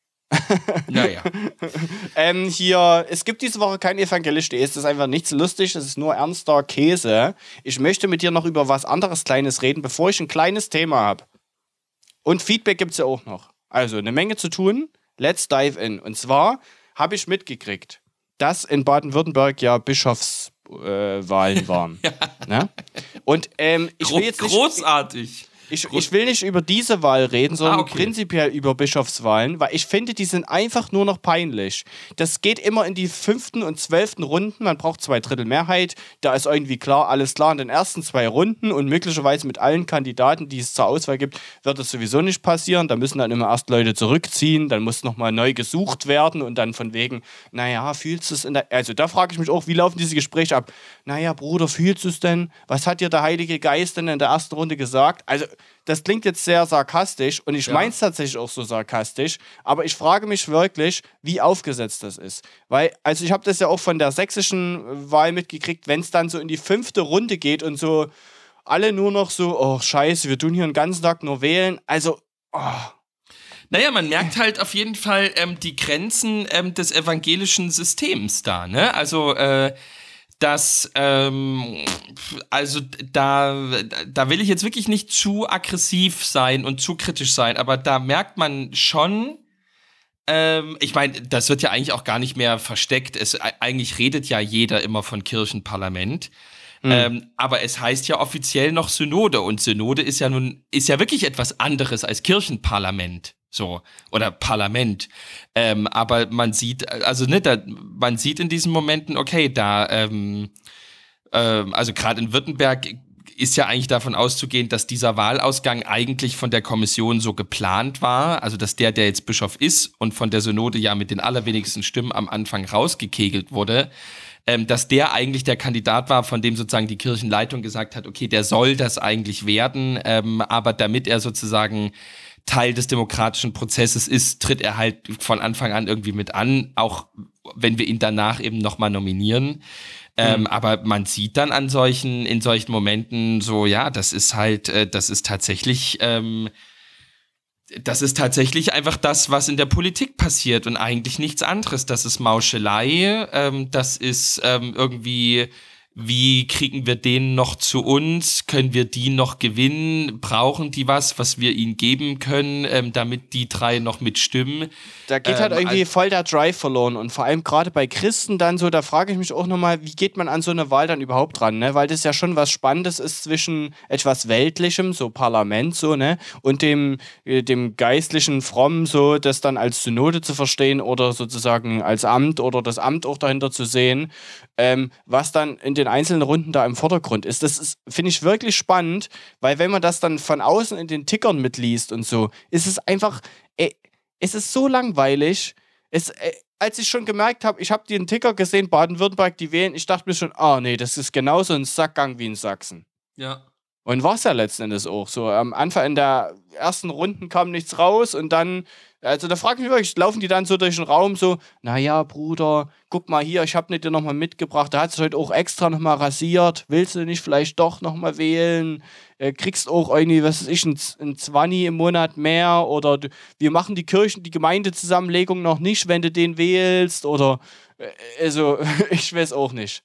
Naja. ähm, hier, es gibt diese Woche kein evangelisch.de, es ist einfach nichts lustig, es ist nur ernster Käse. Ich möchte mit dir noch über was anderes Kleines reden, bevor ich ein kleines Thema habe. Und Feedback gibt es ja auch noch. Also, eine Menge zu tun, let's dive in. Und zwar habe ich mitgekriegt, dass in Baden-Württemberg ja Bischofswahlen äh, waren. Ja. Ne? Und ähm, ich will jetzt nicht... Großartig. Ich, ich will nicht über diese Wahl reden, sondern ah, okay. prinzipiell über Bischofswahlen, weil ich finde, die sind einfach nur noch peinlich. Das geht immer in die fünften und zwölften Runden, man braucht zwei Drittel Mehrheit, da ist irgendwie klar, alles klar in den ersten zwei Runden und möglicherweise mit allen Kandidaten, die es zur Auswahl gibt, wird das sowieso nicht passieren, da müssen dann immer erst Leute zurückziehen, dann muss nochmal neu gesucht werden und dann von wegen, naja, fühlst du es in der... Also da frage ich mich auch, wie laufen diese Gespräche ab? Naja, Bruder, fühlst du es denn? Was hat dir der Heilige Geist denn in der ersten Runde gesagt? Also das klingt jetzt sehr sarkastisch und ich ja. meine es tatsächlich auch so sarkastisch, aber ich frage mich wirklich, wie aufgesetzt das ist. Weil, also ich habe das ja auch von der sächsischen Wahl mitgekriegt, wenn es dann so in die fünfte Runde geht und so alle nur noch so, oh scheiße, wir tun hier den ganzen Tag nur wählen, also, oh. Naja, man merkt halt auf jeden Fall ähm, die Grenzen ähm, des evangelischen Systems da, ne? Also, äh, dass, ähm, also da, da will ich jetzt wirklich nicht zu aggressiv sein und zu kritisch sein, aber da merkt man schon, ähm, ich meine, das wird ja eigentlich auch gar nicht mehr versteckt, es, eigentlich redet ja jeder immer von Kirchenparlament, mhm. ähm, aber es heißt ja offiziell noch Synode und Synode ist ja nun, ist ja wirklich etwas anderes als Kirchenparlament. So, oder Parlament. Ähm, aber man sieht, also ne, da, man sieht in diesen Momenten, okay, da, ähm, ähm, also gerade in Württemberg ist ja eigentlich davon auszugehen, dass dieser Wahlausgang eigentlich von der Kommission so geplant war, also dass der, der jetzt Bischof ist und von der Synode ja mit den allerwenigsten Stimmen am Anfang rausgekegelt wurde, ähm, dass der eigentlich der Kandidat war, von dem sozusagen die Kirchenleitung gesagt hat, okay, der soll das eigentlich werden, ähm, aber damit er sozusagen Teil des demokratischen Prozesses ist, tritt er halt von Anfang an irgendwie mit an, auch wenn wir ihn danach eben nochmal nominieren. Ähm, mhm. Aber man sieht dann an solchen, in solchen Momenten so, ja, das ist halt, äh, das ist tatsächlich, ähm, das ist tatsächlich einfach das, was in der Politik passiert und eigentlich nichts anderes. Das ist Mauschelei, ähm, das ist ähm, irgendwie wie kriegen wir den noch zu uns? Können wir die noch gewinnen? Brauchen die was, was wir ihnen geben können, ähm, damit die drei noch mitstimmen? Da geht halt ähm, irgendwie voll der Drive verloren. Und vor allem gerade bei Christen dann so, da frage ich mich auch nochmal, wie geht man an so eine Wahl dann überhaupt ran, ne? Weil das ja schon was Spannendes ist zwischen etwas Weltlichem, so Parlament, so, ne? Und dem, äh, dem geistlichen Frommen, so, das dann als Synode zu verstehen oder sozusagen als Amt oder das Amt auch dahinter zu sehen, ähm, was dann in den einzelnen Runden da im Vordergrund ist. Das ist, finde ich, wirklich spannend, weil wenn man das dann von außen in den Tickern mitliest und so, ist es einfach, ey, es ist so langweilig. Es, ey, als ich schon gemerkt habe, ich habe den Ticker gesehen, Baden-Württemberg, die wählen, ich dachte mir schon, ah nee, das ist genauso ein Sackgang wie in Sachsen. Ja. Und war es ja letzten Endes auch so. Am Anfang in der ersten Runden kam nichts raus und dann, also da frage ich mich wirklich, laufen die dann so durch den Raum so, naja, Bruder, guck mal hier, ich habe nicht dir nochmal mitgebracht, da hat es heute auch extra nochmal rasiert, willst du nicht vielleicht doch nochmal wählen? Äh, kriegst auch irgendwie, was weiß ich, ein, ein Zwanni im Monat mehr oder du, wir machen die Kirchen, die Gemeindezusammenlegung noch nicht, wenn du den wählst oder, äh, also, ich weiß auch nicht.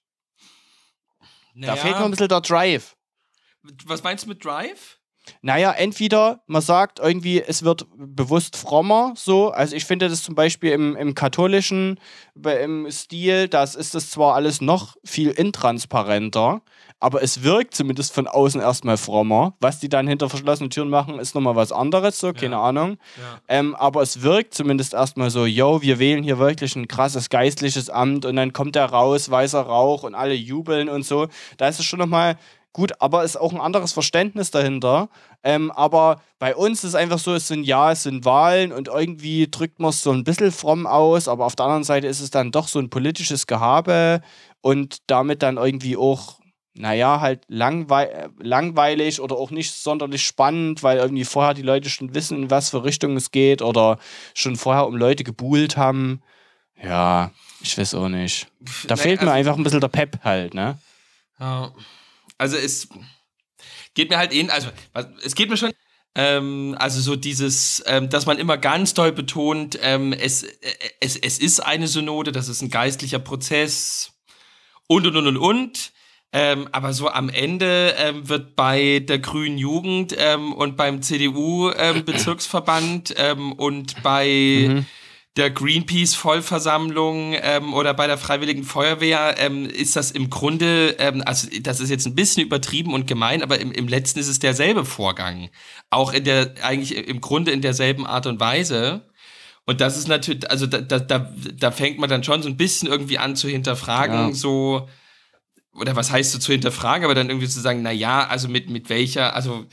Naja, Da fehlt noch ein bisschen der Drive. was meinst du mit Drive? Naja, entweder man sagt irgendwie, es wird bewusst frommer, so. Also ich finde das zum Beispiel im, im katholischen im Stil, das ist das zwar alles noch viel intransparenter, aber es wirkt zumindest von außen erstmal frommer. Was die dann hinter verschlossenen Türen machen, ist nochmal was anderes, so, keine Ja. Ahnung. Ja. Ähm, aber es wirkt zumindest erstmal so, yo, wir wählen hier wirklich ein krasses geistliches Amt und dann kommt der raus, weißer Rauch und alle jubeln und so. Da ist es schon nochmal gut, aber ist auch ein anderes Verständnis dahinter. Ähm, aber bei uns ist es einfach so, es sind ja, es sind Wahlen und irgendwie drückt man es so ein bisschen fromm aus, aber auf der anderen Seite ist es dann doch so ein politisches Gehabe und damit dann irgendwie auch, naja, halt langwei- langweilig oder auch nicht sonderlich spannend, weil irgendwie vorher die Leute schon wissen, in was für Richtung es geht oder schon vorher um Leute gebuhlt haben. Ja, ich weiß auch nicht. Da Nee, fehlt mir also- einfach ein bisschen der Pep halt, ne? Ja. Also es geht mir halt ähnlich, also was- es geht mir schon, ähm, also so dieses, ähm, dass man immer ganz doll betont, ähm, es, äh, es, es ist eine Synode, das ist ein geistlicher Prozess und und und und und. Ähm, aber so am Ende ähm, wird bei der Grünen Jugend ähm, und beim C D U-Bezirksverband ähm, und bei Mhm. der Greenpeace-Vollversammlung ähm, oder bei der Freiwilligen Feuerwehr ähm, ist das im Grunde, ähm, also das ist jetzt ein bisschen übertrieben und gemein, aber im, im letzten ist es derselbe Vorgang. Auch in der, eigentlich im Grunde in derselben Art und Weise. Und das ist natürlich, also da, da, da, da fängt man dann schon so ein bisschen irgendwie an zu hinterfragen, Ja. so, oder was heißt so zu hinterfragen, aber dann irgendwie zu sagen, na ja, also mit, mit welcher, also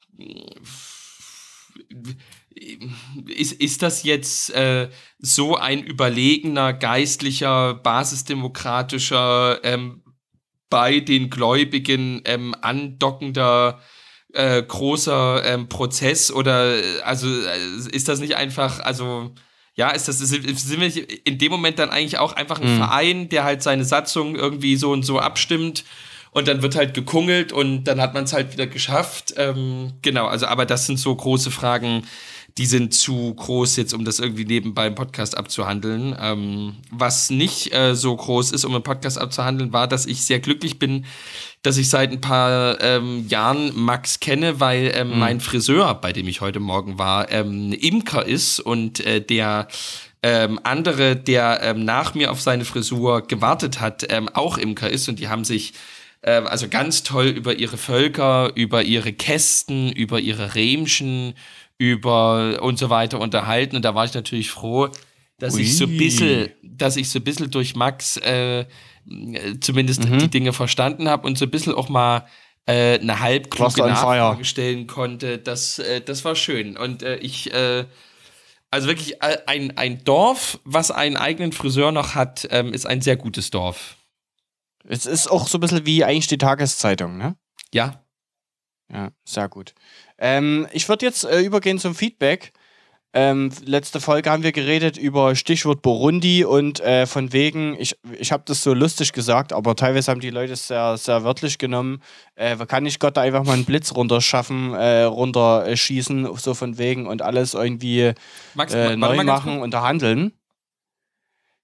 Ist, ist das jetzt äh, so ein überlegener, geistlicher, basisdemokratischer, ähm, bei den Gläubigen ähm, andockender, äh, großer ähm, Prozess? Oder äh, also äh, ist das nicht einfach, also ja, ist das, sind wir nicht in dem Moment dann eigentlich auch einfach ein Mhm. Verein, der halt seine Satzung irgendwie so und so abstimmt? Und dann wird halt gekungelt und dann hat man es halt wieder geschafft. Ähm, genau, also aber das sind so große Fragen, die sind zu groß jetzt, um das irgendwie nebenbei im Podcast abzuhandeln. Ähm, was nicht äh, so groß ist, um im Podcast abzuhandeln, war, dass ich sehr glücklich bin, dass ich seit ein paar ähm, Jahren Max kenne, weil ähm, Mhm. mein Friseur, bei dem ich heute Morgen war, ähm, Imker ist und äh, der ähm, andere, der ähm, nach mir auf seine Frisur gewartet hat, ähm, auch Imker ist und die haben sich äh, also ganz toll über ihre Völker, über ihre Kästen, über ihre Rähmchen, über und so weiter unterhalten. Und da war ich natürlich froh, dass Ui. ich so ein bisschen, dass ich so ein bisschen durch Max äh, zumindest Mhm. die Dinge verstanden habe und so ein bisschen auch mal äh, eine halb kluge Cluster on Fire. Nachfrage stellen konnte. Das, äh, das war schön. Und äh, ich, äh, also wirklich äh, ein, ein Dorf, was einen eigenen Friseur noch hat, ähm, ist ein sehr gutes Dorf. Es ist auch so ein bisschen wie eigentlich die Tageszeitung, ne? Ja. Ja, sehr gut. Ähm, ich würde jetzt äh, übergehen zum Feedback. Ähm, letzte Folge haben wir geredet über Stichwort Burundi und äh, von wegen, ich, ich habe das so lustig gesagt, aber teilweise haben die Leute es sehr, sehr wörtlich genommen. Äh, kann nicht Gott da einfach mal einen Blitz runterschaffen, äh, runterschießen, so von wegen und alles irgendwie Max, äh, warte neu mal ganz machen, kurz. unterhandeln?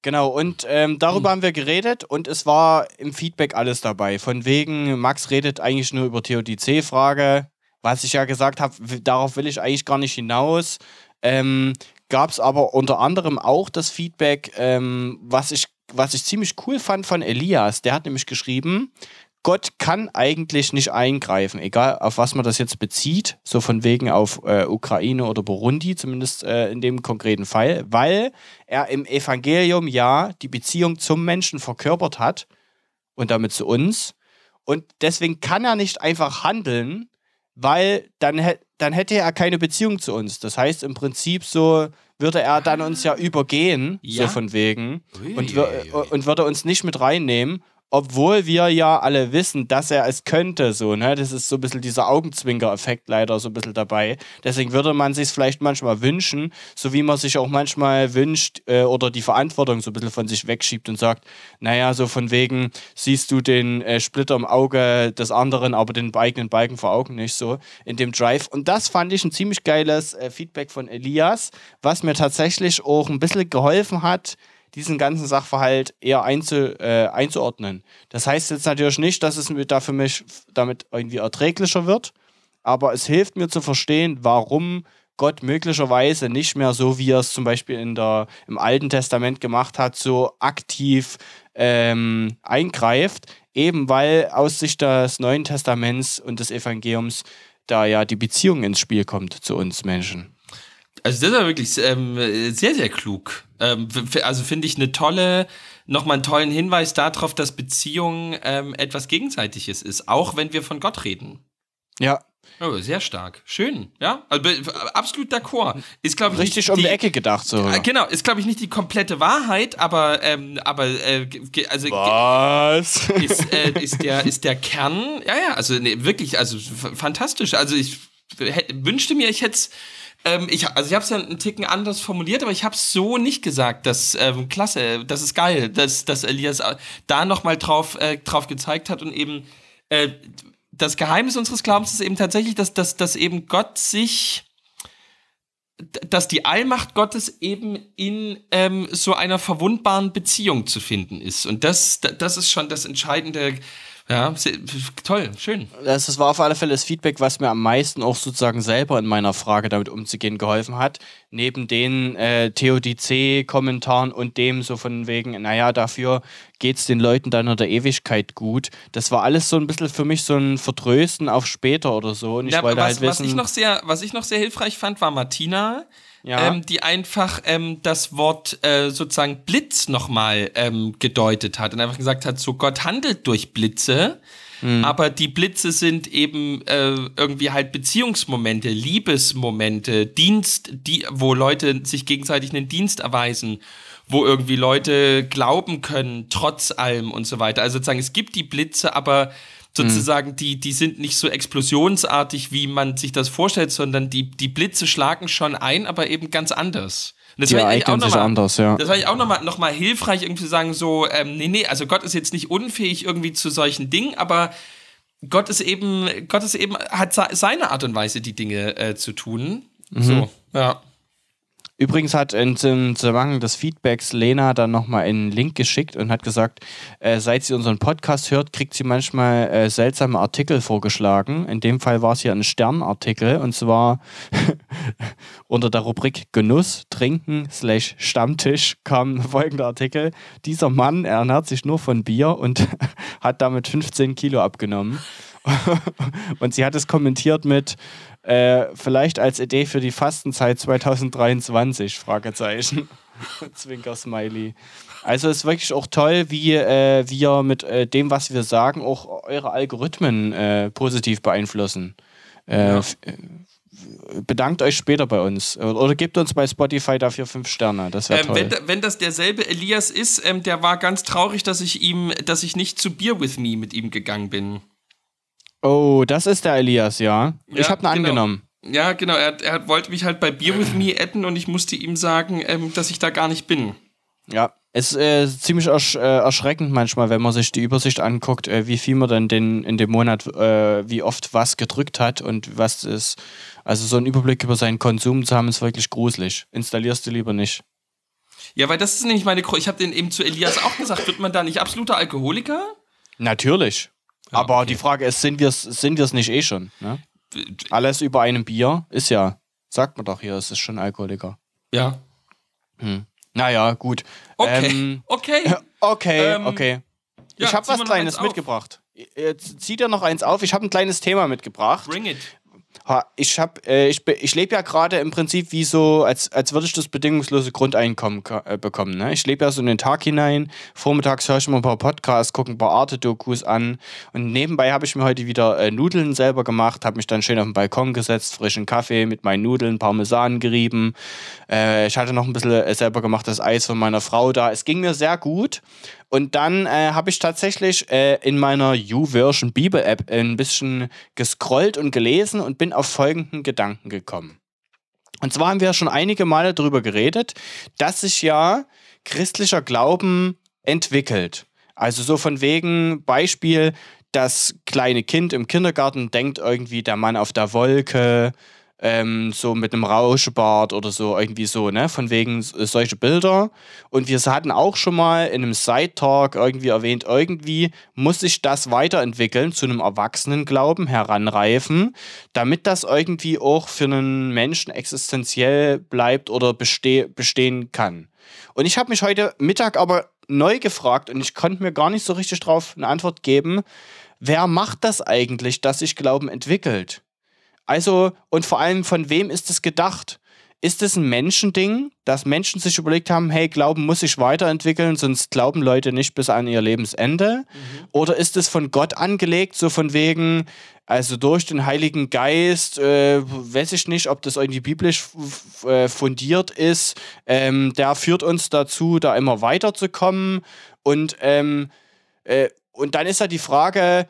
Genau, und ähm, darüber hm. haben wir geredet und es war im Feedback alles dabei. Von wegen, Max redet eigentlich nur über T O D C-Frage, was ich ja gesagt habe, darauf will ich eigentlich gar nicht hinaus. Ähm, gab es aber unter anderem auch das Feedback, ähm, was ich, was ich ziemlich cool fand von Elias. Der hat nämlich geschrieben, Gott kann eigentlich nicht eingreifen, egal auf was man das jetzt bezieht, so von wegen auf äh, Ukraine oder Burundi, zumindest äh, in dem konkreten Fall, weil er im Evangelium ja die Beziehung zum Menschen verkörpert hat und damit zu uns. Und deswegen kann er nicht einfach handeln, weil dann, hä- dann hätte er keine Beziehung zu uns. Das heißt im Prinzip so, würde er dann uns ja übergehen, ja. so von wegen, ui, und, wir, ui, ui. und würde uns nicht mit reinnehmen. Obwohl wir ja alle wissen, dass er es könnte, so, ne? Das ist so ein bisschen dieser Augenzwinker-Effekt leider so ein bisschen dabei. Deswegen würde man sich vielleicht manchmal wünschen, so wie man sich auch manchmal wünscht äh, oder die Verantwortung so ein bisschen von sich wegschiebt und sagt, naja, so von wegen, siehst du den äh, Splitter im Auge des anderen, aber den eigenen Balken vor Augen nicht, so in dem Drive. Und das fand ich ein ziemlich geiles äh, Feedback von Elias, was mir tatsächlich auch ein bisschen geholfen hat, diesen ganzen Sachverhalt eher einzu, äh, einzuordnen. Das heißt jetzt natürlich nicht, dass es da für mich damit irgendwie erträglicher wird, aber es hilft mir zu verstehen, warum Gott möglicherweise nicht mehr so, wie er es zum Beispiel in der, im Alten Testament gemacht hat, so aktiv ähm, eingreift, eben weil aus Sicht des Neuen Testaments und des Evangeliums da ja die Beziehung ins Spiel kommt zu uns Menschen. Also das ist ja wirklich ähm, sehr, sehr klug. Ähm, f- also finde ich eine tolle, nochmal einen tollen Hinweis darauf, dass Beziehung ähm, etwas Gegenseitiges ist, auch wenn wir von Gott reden. Ja. Oh, sehr stark. Schön, ja. Also, absolut d'accord. Ist, glaube ich, richtig um die, die Ecke gedacht, so. Äh, genau, ist, glaube ich, nicht die komplette Wahrheit, aber, ähm, aber äh, also Was? Ist, äh, ist, der, ist der Kern, ja, ja, also nee, wirklich, also f- fantastisch. Also ich hätte, wünschte mir, ich hätte es Ähm, ich, also ich habe es ja einen Ticken anders formuliert, aber ich habe es so nicht gesagt. Das ähm, klasse, das ist geil, dass, dass Elias da nochmal drauf, äh, drauf gezeigt hat und eben äh, das Geheimnis unseres Glaubens ist eben tatsächlich, dass, dass, dass eben Gott sich, dass die Allmacht Gottes eben in ähm, so einer verwundbaren Beziehung zu finden ist. Und das, das ist schon das entscheidende. Ja, sehr, toll, schön. Das, das war auf alle Fälle das Feedback, was mir am meisten auch sozusagen selber in meiner Frage damit umzugehen geholfen hat. Neben den äh, T O D C-Kommentaren und dem so von wegen, naja, dafür geht's den Leuten dann in der Ewigkeit gut. Das war alles so ein bisschen für mich so ein Vertrösten auf später oder so. Und ich ja, wollte was, halt wissen, was ich noch sehr, was ich noch sehr hilfreich fand, war Martina. Ja. Ähm, die einfach ähm, das Wort äh, sozusagen Blitz nochmal ähm, gedeutet hat und einfach gesagt hat, so Gott handelt durch Blitze, mhm. aber die Blitze sind eben äh, irgendwie halt Beziehungsmomente, Liebesmomente, Dienst, die, wo Leute sich gegenseitig einen Dienst erweisen, wo irgendwie Leute glauben können, trotz allem und so weiter. Also sozusagen, es gibt die Blitze, aber sozusagen, die, die sind nicht so explosionsartig, wie man sich das vorstellt, sondern die, die Blitze schlagen schon ein, aber eben ganz anders. Und das die war eigentlich auch sich mal, anders, ja. Das war ich auch nochmal noch mal hilfreich, irgendwie zu sagen, so, ähm, nee, nee, also Gott ist jetzt nicht unfähig irgendwie zu solchen Dingen, aber Gott ist eben, Gott ist eben, hat seine Art und Weise, die Dinge äh, zu tun. Mhm. So, ja. Übrigens hat in dem Zusammenhang des Feedbacks Lena dann nochmal einen Link geschickt und hat gesagt, äh, seit sie unseren Podcast hört, kriegt sie manchmal äh, seltsame Artikel vorgeschlagen. In dem Fall war es hier ein Sternartikel und zwar unter der Rubrik Genuss, Trinken slash Stammtisch kam folgender Artikel. Dieser Mann ernährt sich nur von Bier und hat damit fünfzehn Kilo abgenommen. Und sie hat es kommentiert mit äh, vielleicht als Idee für die Fastenzeit zwanzig dreiundzwanzig, Fragezeichen. Zwinker-Smiley. Also es ist wirklich auch toll, wie äh, wir mit äh, dem, was wir sagen, auch eure Algorithmen äh, positiv beeinflussen. Äh, ja. f- bedankt euch später bei uns. Oder gebt uns bei Spotify dafür fünf Sterne. Das wäre ähm, toll. Wenn, wenn das derselbe Elias ist, ähm, der war ganz traurig, dass ich ihm, dass ich nicht zu Beer With Me mit ihm gegangen bin. Oh, das ist der Elias, ja. Ich ja, habe ihn genau. angenommen. Ja, genau. Er, er wollte mich halt bei Beer With Me adden und ich musste ihm sagen, ähm, dass ich da gar nicht bin. Ja, es ist äh, ziemlich ersch- äh, erschreckend manchmal, wenn man sich die Übersicht anguckt, äh, wie viel man dann den, in dem Monat, äh, wie oft was gedrückt hat und was ist. Also so einen Überblick über seinen Konsum zu haben, ist wirklich gruselig. Installierst du lieber nicht. Ja, weil das ist nämlich meine Krux. Ich habe den eben zu Elias auch gesagt, wird man da nicht absoluter Alkoholiker? Natürlich. Ja, Aber okay. die Frage ist, sind wir es sind wir's nicht eh schon? Ne? Alles über einem Bier ist ja, sagt man doch hier, es ist schon Alkoholiker. Ja. Hm. Naja, gut. Okay, Ähm, okay. Okay, Ähm, okay. ja, ich habe ziehen was wir noch Kleines eins auf. mitgebracht. Jetzt zieht ihr noch eins auf. Ich habe ein kleines Thema mitgebracht. Bring it. Ha, Ich hab, äh, ich, be- ich lebe ja gerade im Prinzip wie so, als, als würde ich das bedingungslose Grundeinkommen ka- äh, bekommen. Ne? Ich lebe ja so in den Tag hinein. Vormittags höre ich immer ein paar Podcasts, gucke ein paar Arte-Dokus an. Und nebenbei habe ich mir heute wieder äh, Nudeln selber gemacht, habe mich dann schön auf den Balkon gesetzt, frischen Kaffee mit meinen Nudeln, Parmesan gerieben. Äh, ich hatte noch ein bisschen äh, selber gemachtes Eis von meiner Frau da. Es ging mir sehr gut. Und dann äh, habe ich tatsächlich äh, in meiner YouVersion Bibel-App ein bisschen gescrollt und gelesen und bin auf folgenden Gedanken gekommen. Und zwar haben wir schon einige Male darüber geredet, dass sich ja christlicher Glauben entwickelt. Also so von wegen Beispiel, das kleine Kind im Kindergarten denkt irgendwie der Mann auf der Wolke, ähm, so mit einem Rauschbart oder so, irgendwie so, ne? Von wegen äh, solche Bilder. Und wir hatten auch schon mal in einem Side-Talk irgendwie erwähnt, irgendwie muss sich das weiterentwickeln, zu einem Erwachsenenglauben heranreifen, damit das irgendwie auch für einen Menschen existenziell bleibt oder beste- bestehen kann. Und ich habe mich heute Mittag aber neu gefragt und ich konnte mir gar nicht so richtig drauf eine Antwort geben, wer macht das eigentlich, dass sich Glauben entwickelt? Also, und vor allem, von wem ist es gedacht? Ist es ein Menschending, dass Menschen sich überlegt haben, hey, Glauben muss sich weiterentwickeln, sonst glauben Leute nicht bis an ihr Lebensende? Mhm. Oder ist es von Gott angelegt, so von wegen, also durch den Heiligen Geist, äh, weiß ich nicht, ob das irgendwie biblisch f- äh, fundiert ist, ähm, der führt uns dazu, da immer weiterzukommen. Und, ähm, äh, und dann ist ja die Frage,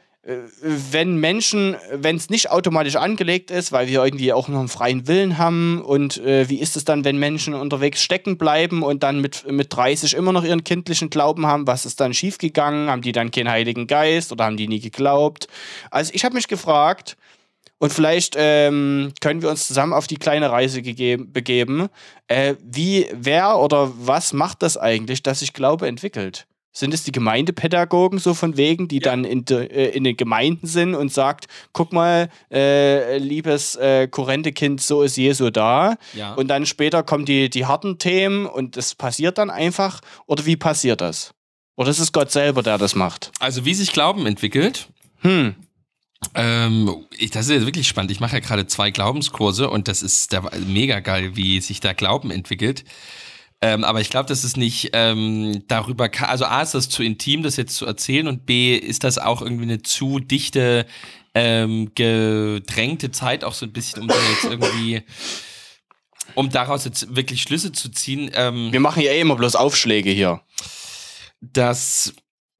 wenn Menschen, wenn es nicht automatisch angelegt ist, weil wir irgendwie auch noch einen freien Willen haben und äh, wie ist es dann, wenn Menschen unterwegs stecken bleiben und dann mit, mit dreißig immer noch ihren kindlichen Glauben haben, was ist dann schiefgegangen? Haben die dann keinen Heiligen Geist oder haben die nie geglaubt? Also ich habe mich gefragt und vielleicht ähm, können wir uns zusammen auf die kleine Reise gegeben, begeben, äh, wie, wer oder was macht das eigentlich, dass sich Glaube entwickelt? Sind es die Gemeindepädagogen so von wegen, die ja. dann in, de, äh, in den Gemeinden sind und sagt, guck mal, äh, liebes äh, Korinthe-Kind, so ist Jesu da. Ja. Und dann später kommen die, die harten Themen und das passiert dann einfach. Oder wie passiert das? Oder ist es Gott selber, der das macht? Also wie sich Glauben entwickelt? Hm. Ähm, ich, das ist jetzt wirklich spannend. Ich mache ja gerade zwei Glaubenskurse und das ist der, mega geil, wie sich da Glauben entwickelt. Ähm, aber ich glaube, das ist nicht ähm, darüber, ka- also A, ist das zu intim, das jetzt zu erzählen und B, ist das auch irgendwie eine zu dichte, ähm, gedrängte Zeit auch so ein bisschen, um da jetzt irgendwie, um daraus jetzt wirklich Schlüsse zu ziehen. Ähm, Wir machen ja eh immer bloß Aufschläge hier. Das,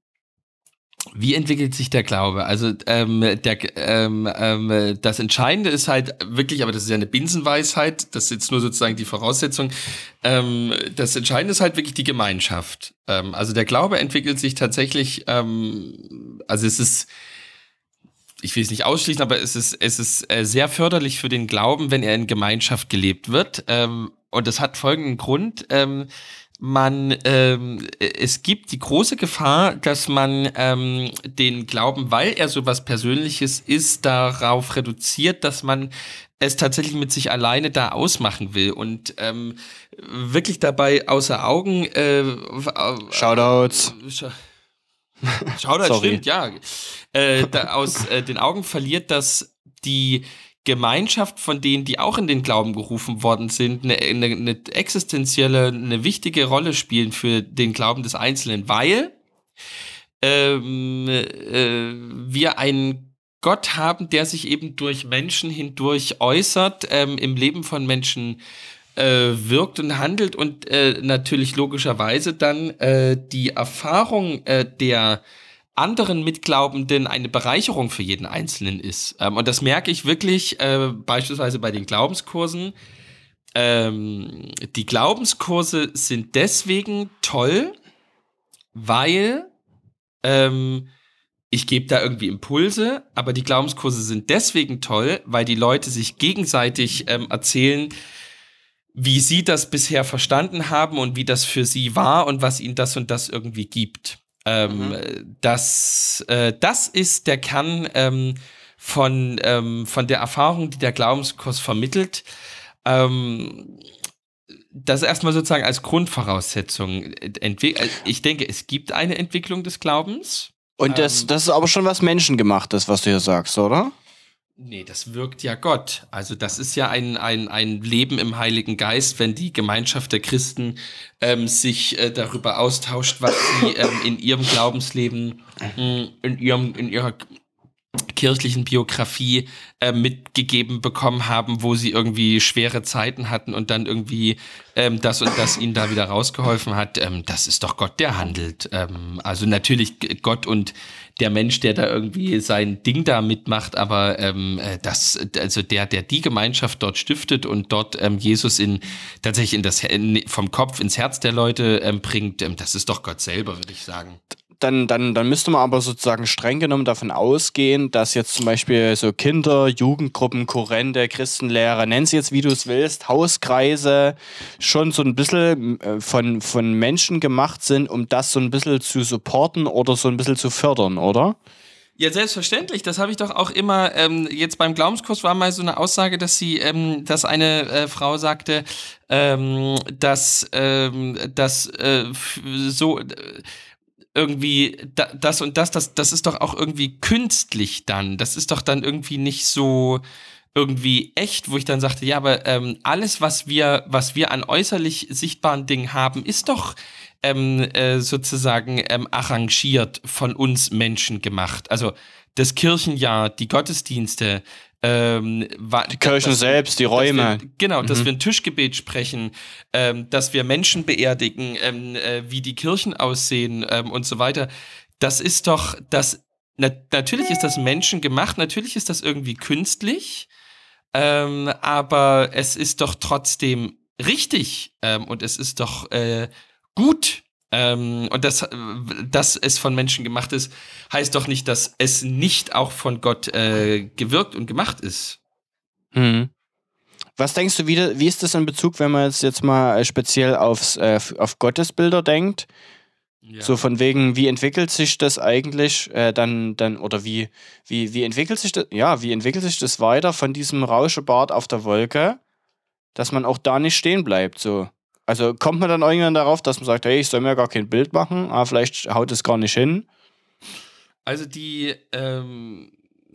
wie entwickelt sich der Glaube? Also ähm, der, ähm, ähm, das Entscheidende ist halt wirklich, aber das ist ja eine Binsenweisheit, das ist jetzt nur sozusagen die Voraussetzung, ähm, das Entscheidende ist halt wirklich die Gemeinschaft. Ähm, also der Glaube entwickelt sich tatsächlich, ähm, also es ist, ich will es nicht ausschließen, aber es ist, es ist äh, sehr förderlich für den Glauben, wenn er in Gemeinschaft gelebt wird. Ähm, und das hat folgenden Grund, ähm, Man, ähm, es gibt die große Gefahr, dass man ähm, den Glauben, weil er so was Persönliches ist, darauf reduziert, dass man es tatsächlich mit sich alleine da ausmachen will und ähm, wirklich dabei außer Augen äh, Shoutouts. Sch- Shoutouts, stimmt, ja. Äh, da aus äh, den Augen verliert, dass die Gemeinschaft von denen, die auch in den Glauben gerufen worden sind, eine, eine, eine existenzielle, eine wichtige Rolle spielen für den Glauben des Einzelnen, weil ähm, äh, wir einen Gott haben, der sich eben durch Menschen hindurch äußert, ähm, im Leben von Menschen äh, wirkt und handelt und äh, natürlich logischerweise dann äh, die Erfahrung äh, der anderen Mitglaubenden eine Bereicherung für jeden Einzelnen ist. Ähm, und das merke ich wirklich äh, beispielsweise bei den Glaubenskursen. Ähm, die Glaubenskurse sind deswegen toll, weil ähm, ich gebe da irgendwie Impulse, aber die Glaubenskurse sind deswegen toll, weil die Leute sich gegenseitig ähm, erzählen, wie sie das bisher verstanden haben und wie das für sie war und was ihnen das und das irgendwie gibt. Ähm, mhm. das, äh, das ist der Kern ähm, von, ähm, von der Erfahrung, die der Glaubenskurs vermittelt. Ähm, das erstmal sozusagen als Grundvoraussetzung. Entwick- ich denke, es gibt eine Entwicklung des Glaubens. Und das, ähm, das ist aber schon was Menschengemachtes, was du hier sagst, oder? Nee, das wirkt ja Gott. Also das ist ja ein, ein, ein Leben im Heiligen Geist, wenn die Gemeinschaft der Christen ähm, sich äh, darüber austauscht, was sie ähm, in ihrem Glaubensleben, mh, in, ihrem, in ihrer kirchlichen Biografie äh, mitgegeben bekommen haben, wo sie irgendwie schwere Zeiten hatten und dann irgendwie ähm, das und das ihnen da wieder rausgeholfen hat. Ähm, das ist doch Gott, der handelt. Ähm, also natürlich Gott und der Mensch, der da irgendwie sein Ding da mitmacht, aber ähm, das, also der, der die Gemeinschaft dort stiftet und dort ähm, Jesus in tatsächlich in das in, vom Kopf ins Herz der Leute ähm, bringt, ähm, das ist doch Gott selber, würde ich sagen. Dann, dann, dann müsste man aber sozusagen streng genommen davon ausgehen, dass jetzt zum Beispiel so Kinder, Jugendgruppen, Chorente, Christenlehrer, nenn sie jetzt wie du es willst, Hauskreise schon so ein bisschen von, von Menschen gemacht sind, um das so ein bisschen zu supporten oder so ein bisschen zu fördern, oder? Ja, selbstverständlich. Das habe ich doch auch immer, ähm, jetzt beim Glaubenskurs war mal so eine Aussage, dass sie, ähm, dass eine äh, Frau sagte, ähm, dass, ähm, dass äh, so... Äh, irgendwie da, das und das, das, das ist doch auch irgendwie künstlich dann. Das ist doch dann irgendwie nicht so irgendwie echt, wo ich dann sagte, ja, aber ähm, alles, was wir, was wir an äußerlich sichtbaren Dingen haben, ist doch ähm, äh, sozusagen ähm, arrangiert von uns Menschen gemacht. Also das Kirchenjahr, die Gottesdienste, Ähm, war, die Kirchen dass, selbst, die Räume. Dass wir, genau, mhm. dass wir ein Tischgebet sprechen, ähm, dass wir Menschen beerdigen, ähm, äh, wie die Kirchen aussehen ähm, und so weiter. Das ist doch, das, na, natürlich ist das menschengemacht, natürlich ist das irgendwie künstlich, ähm, aber es ist doch trotzdem richtig ähm, und es ist doch äh, gut. Ähm, und das, dass es von Menschen gemacht ist, heißt doch nicht, dass es nicht auch von Gott äh, gewirkt und gemacht ist. Hm. Was denkst du, wie, wie ist das in Bezug, wenn man jetzt, jetzt mal speziell aufs, äh, auf Gottesbilder denkt? Ja. So von wegen, wie entwickelt sich das eigentlich äh, dann, dann, oder wie, wie, wie entwickelt sich das, ja, wie entwickelt sich das weiter von diesem Rauschebart auf der Wolke, dass man auch da nicht stehen bleibt, so? Also kommt man dann irgendwann darauf, dass man sagt, hey, ich soll mir gar kein Bild machen, aber vielleicht haut es gar nicht hin? Also die, ähm,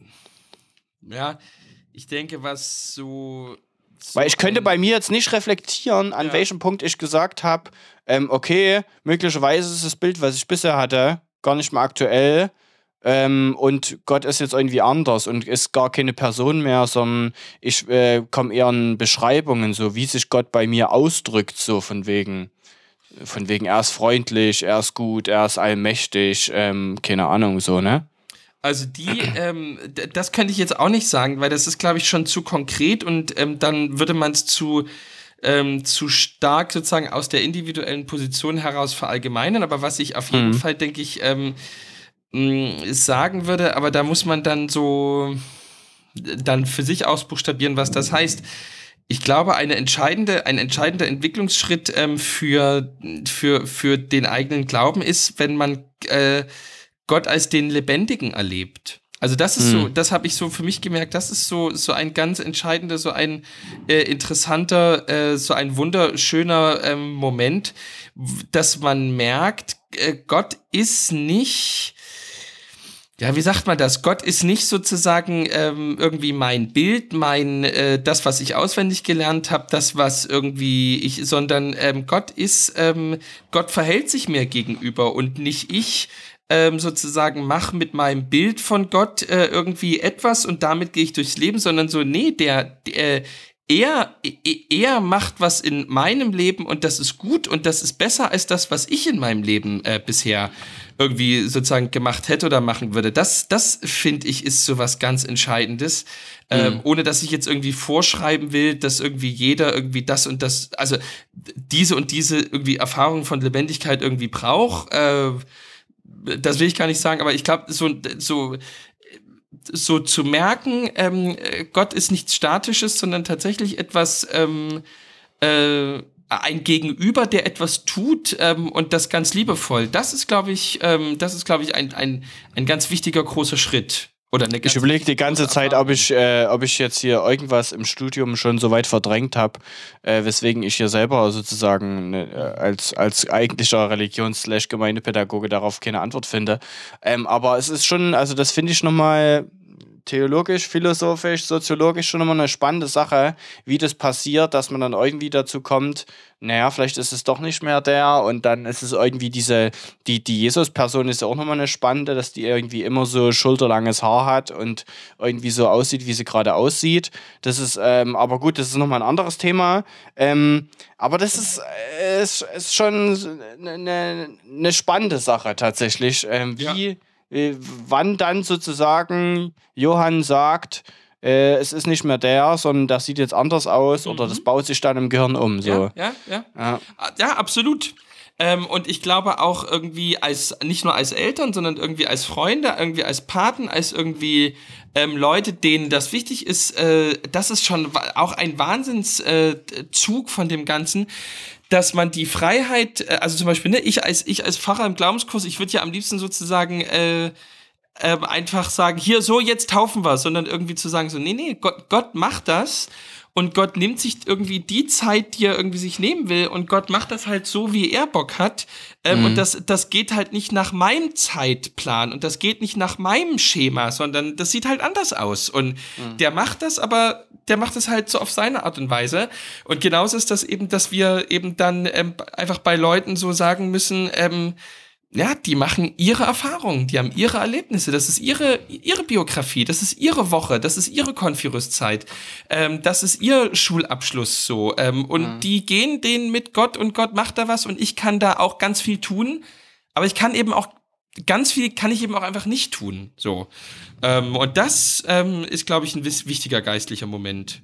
ja, ich denke, was so... so Weil ich könnte bei mir jetzt nicht reflektieren, an ja. welchem Punkt ich gesagt habe, ähm, okay, möglicherweise ist das Bild, was ich bisher hatte, gar nicht mehr aktuell ähm, und Gott ist jetzt irgendwie anders und ist gar keine Person mehr, sondern ich äh, komme eher an Beschreibungen, so wie sich Gott bei mir ausdrückt, so von wegen, von wegen, er ist freundlich, er ist gut, er ist allmächtig, ähm, keine Ahnung, so, ne? Also die, ähm, d- das könnte ich jetzt auch nicht sagen, weil das ist, glaube ich, schon zu konkret und ähm, dann würde man es zu, ähm, zu stark sozusagen aus der individuellen Position heraus verallgemeinern. Aber was ich auf jeden mhm. Fall, denke ich, ähm, mh, sagen würde, aber da muss man dann so dann für sich ausbuchstabieren, was das heißt. Ich glaube, eine entscheidende, ein entscheidender Entwicklungsschritt ähm, für, für, für den eigenen Glauben ist, wenn man äh, Gott als den Lebendigen erlebt. Also das ist hm. so, das habe ich so für mich gemerkt, das ist so so ein ganz entscheidender, so ein äh, interessanter, äh, so ein wunderschöner ähm, Moment, dass man merkt, äh, Gott ist nicht, ja, wie sagt man das? Gott ist nicht sozusagen ähm, irgendwie mein Bild, mein äh, das, was ich auswendig gelernt habe, das, was irgendwie ich, sondern ähm, Gott ist, ähm, Gott verhält sich mir gegenüber und nicht ich. Ähm, sozusagen mach mit meinem Bild von Gott äh, irgendwie etwas und damit gehe ich durchs Leben, sondern so, nee, der, der er, er macht was in meinem Leben und das ist gut und das ist besser als das, was ich in meinem Leben äh, bisher irgendwie sozusagen gemacht hätte oder machen würde. Das, das finde ich, ist so was ganz Entscheidendes, mhm. ähm, ohne dass ich jetzt irgendwie vorschreiben will, dass irgendwie jeder irgendwie das und das, also diese und diese irgendwie Erfahrung von Lebendigkeit irgendwie braucht, äh, das will ich gar nicht sagen, aber ich glaube, so, so, so zu merken, ähm, Gott ist nichts Statisches, sondern tatsächlich etwas, ähm, äh, ein Gegenüber, der etwas tut ähm, und das ganz liebevoll. Das ist, glaube ich, ähm, das ist, glaube ich, ein, ein, ein ganz wichtiger großer Schritt. Oder eine ganz Ich überlege die ganze Zeit, ob Erfahrung. ich, äh, ob ich jetzt hier irgendwas im Studium schon so weit verdrängt habe, äh, weswegen ich hier selber sozusagen ne, äh, als, als eigentlicher Religions-Gemeindepädagoge darauf keine Antwort finde. Ähm, aber es ist schon, also das finde ich nochmal theologisch, philosophisch, soziologisch schon immer eine spannende Sache, wie das passiert, dass man dann irgendwie dazu kommt, naja, vielleicht ist es doch nicht mehr der und dann ist es irgendwie diese, die, die Jesus-Person ist ja auch nochmal eine spannende, dass die irgendwie immer so schulterlanges Haar hat und irgendwie so aussieht, wie sie gerade aussieht. Das ist, ähm, aber gut, das ist nochmal ein anderes Thema. Ähm, aber das ist, äh, ist, ist schon eine, eine spannende Sache tatsächlich, ähm, wie Ja. Äh, wann dann sozusagen Johann sagt, äh, es ist nicht mehr der, sondern das sieht jetzt anders aus oder das baut sich dann im Gehirn um. So. Ja, ja, ja. Ja. Ja, absolut. Ähm, und ich glaube auch irgendwie als, nicht nur als Eltern, sondern irgendwie als Freunde, irgendwie als Paten, als irgendwie ähm, Leute, denen das wichtig ist, äh, das ist schon wa- auch ein Wahnsinnszug äh, Zug von dem Ganzen, dass man die Freiheit, äh, also zum Beispiel, ne, ich als, ich als Pfarrer im Glaubenskurs, ich würde ja am liebsten sozusagen äh, ähm, einfach sagen, hier, so, jetzt taufen wir, sondern irgendwie zu sagen, so, nee, nee, Gott, Gott macht das und Gott nimmt sich irgendwie die Zeit, die er irgendwie sich nehmen will und Gott macht das halt so, wie er Bock hat ähm, Mhm. und das, das geht halt nicht nach meinem Zeitplan und das geht nicht nach meinem Schema, sondern das sieht halt anders aus und der macht das, aber der macht es halt so auf seine Art und Weise und genauso ist das eben, dass wir eben dann ähm, einfach bei Leuten so sagen müssen, ähm, ja, die machen ihre Erfahrungen, die haben ihre Erlebnisse, das ist ihre, ihre Biografie, das ist ihre Woche, das ist ihre Konfiruszeit, ähm, das ist ihr Schulabschluss so. Ähm, und die gehen den mit Gott und Gott macht da was und ich kann da auch ganz viel tun, aber ich kann eben auch, ganz viel kann ich eben auch einfach nicht tun. So. Ähm, und das ähm, ist, glaube ich, ein wis- wichtiger geistlicher Moment.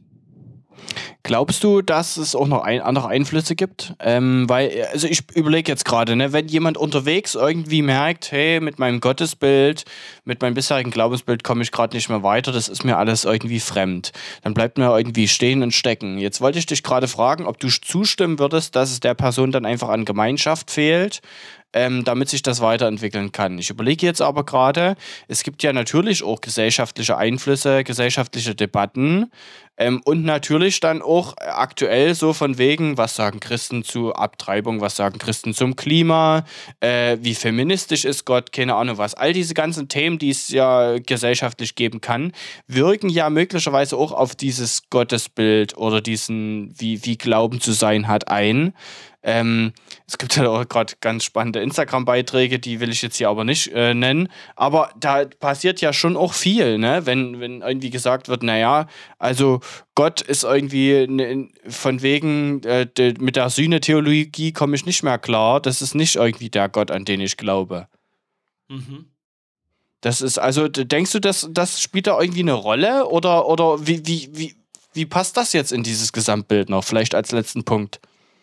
Glaubst du, dass es auch noch ein, andere Einflüsse gibt? Ähm, weil, also ich überlege jetzt gerade, ne, wenn jemand unterwegs irgendwie merkt, hey, mit meinem Gottesbild, mit meinem bisherigen Glaubensbild komme ich gerade nicht mehr weiter, das ist mir alles irgendwie fremd. Dann bleibt mir irgendwie stehen und stecken. Jetzt wollte ich dich gerade fragen, ob du zustimmen würdest, dass es der Person dann einfach an Gemeinschaft fehlt, ähm, damit sich das weiterentwickeln kann. Ich überlege jetzt aber gerade, es gibt ja natürlich auch gesellschaftliche Einflüsse, gesellschaftliche Debatten ähm, und natürlich dann auch aktuell so von wegen, was sagen Christen zu Abtreibung, was sagen Christen zum Klima, äh, wie feministisch ist Gott, keine Ahnung was. All diese ganzen Themen, die es ja gesellschaftlich geben kann, wirken ja möglicherweise auch auf dieses Gottesbild oder diesen, wie, wie Glauben zu sein hat, ein. Ähm, es gibt ja auch gerade ganz spannende Instagram-Beiträge, die will ich jetzt hier aber nicht äh, nennen. Aber da passiert ja schon auch viel, ne? Wenn, wenn irgendwie gesagt wird, naja, also Gott ist irgendwie ne, von wegen, äh, de, mit der Sühne-Theologie komme ich nicht mehr klar. Das ist nicht irgendwie der Gott, an den ich glaube. Mhm. Das ist, also, d- denkst du, das, das spielt da irgendwie eine Rolle? Oder, oder wie, wie, wie, wie passt das jetzt in dieses Gesamtbild noch? Vielleicht als letzten Punkt.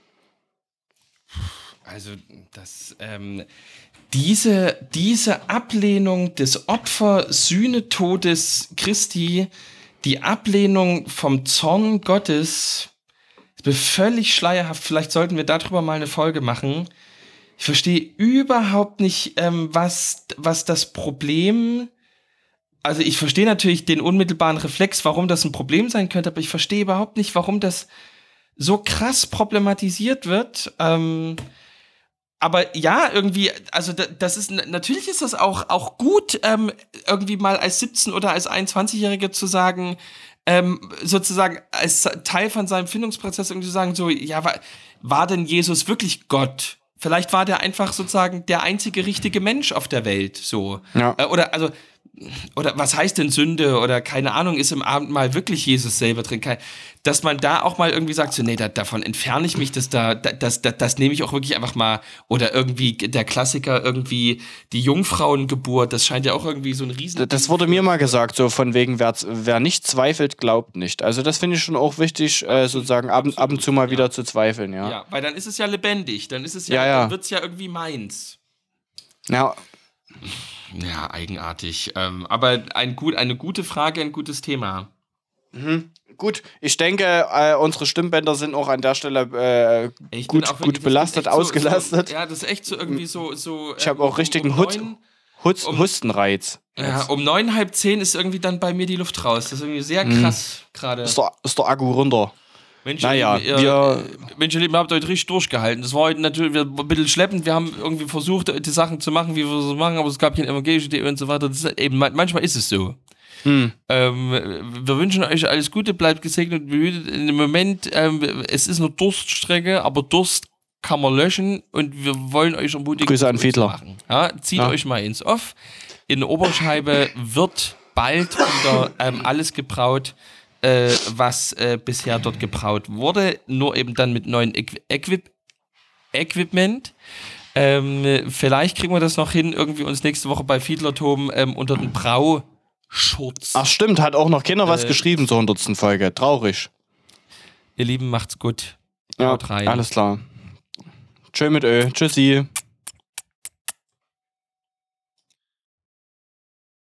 Also, das, ähm, diese, diese Ablehnung des Opfer-Sühnetodes Christi, die Ablehnung vom Zorn Gottes, ist mir völlig schleierhaft. Vielleicht sollten wir darüber mal eine Folge machen. Ich verstehe überhaupt nicht, ähm, was, was das Problem, also ich verstehe natürlich den unmittelbaren Reflex, warum das ein Problem sein könnte, aber ich verstehe überhaupt nicht, warum das so krass problematisiert wird. Ähm, aber ja, irgendwie, also da, das ist, natürlich ist das auch, auch gut, ähm, irgendwie mal als siebzehn- oder als einundzwanzigjährige zu sagen, ähm, sozusagen als Teil von seinem Findungsprozess irgendwie zu sagen, so, ja, war, war denn Jesus wirklich Gott? Vielleicht war der einfach sozusagen der einzige richtige Mensch auf der Welt, so. Ja. Äh, oder, also, oder was heißt denn Sünde oder keine Ahnung, ist im Abendmahl wirklich Jesus selber drin? Kein- Dass man da auch mal irgendwie sagt, so, nee, da, davon entferne ich mich, das da, da- das, das, das nehme ich auch wirklich einfach mal, oder irgendwie der Klassiker, irgendwie die Jungfrauengeburt, das scheint ja auch irgendwie so ein Riesen... Das wurde mir mal gesagt, so von wegen, wer, wer nicht zweifelt, glaubt nicht. Also das finde ich schon auch wichtig, äh, sozusagen ab, ab und zu mal wieder zu zweifeln, ja. Ja, weil dann ist es ja lebendig, dann ist es ja, Ja, ja. dann wird's ja irgendwie meins. Ja, Ja, eigenartig. Ähm, aber ein gut, eine gute Frage, ein gutes Thema. gut, ich denke, äh, unsere Stimmbänder sind auch an der Stelle äh, Ich bin gut, auch wirklich- gut das belastet, ist echt so- ausgelastet. So, ja, das ist echt so irgendwie so. so Ich habe ähm, auch richtigen um Hut, neun- Hut, um- Hustenreiz. Ja, um neun, halb zehn ist irgendwie dann bei mir die Luft raus. Das ist irgendwie sehr krass gerade. Ist der, ist der Akku runter. Mensch, Naja, ihr, wir- äh, Mensch, ihr Lieben, habt euch richtig durchgehalten. Das war heute natürlich ein bisschen schleppend. Wir haben irgendwie versucht, die Sachen zu machen, wie wir sie machen, aber es gab kein evangelische und so weiter. Das ist eben, manchmal ist es so. Hm. Ähm, wir wünschen euch alles Gute, bleibt gesegnet und behütet. Im Moment, ähm, es ist eine Durststrecke, aber Durst kann man löschen und wir wollen euch ermutigen, Grüße an das Fiedler. zu machen. Ja, zieht Ja. euch mal ins Off. In der Oberscheibe wird bald wieder ähm, alles gebraut, äh, was äh, bisher dort gebraut wurde, nur eben dann mit neuen Equi Equip Equipment. Ähm, vielleicht kriegen wir das noch hin, irgendwie uns nächste Woche bei Fiedlertom ähm, unter den Brauschutz. Ach stimmt, hat auch noch keiner was Äh, geschrieben zur hundertsten Folge. Traurig. Ihr Lieben, macht's gut. Ja, Haut rein. alles klar. Tschö mit Ö. Tschüssi.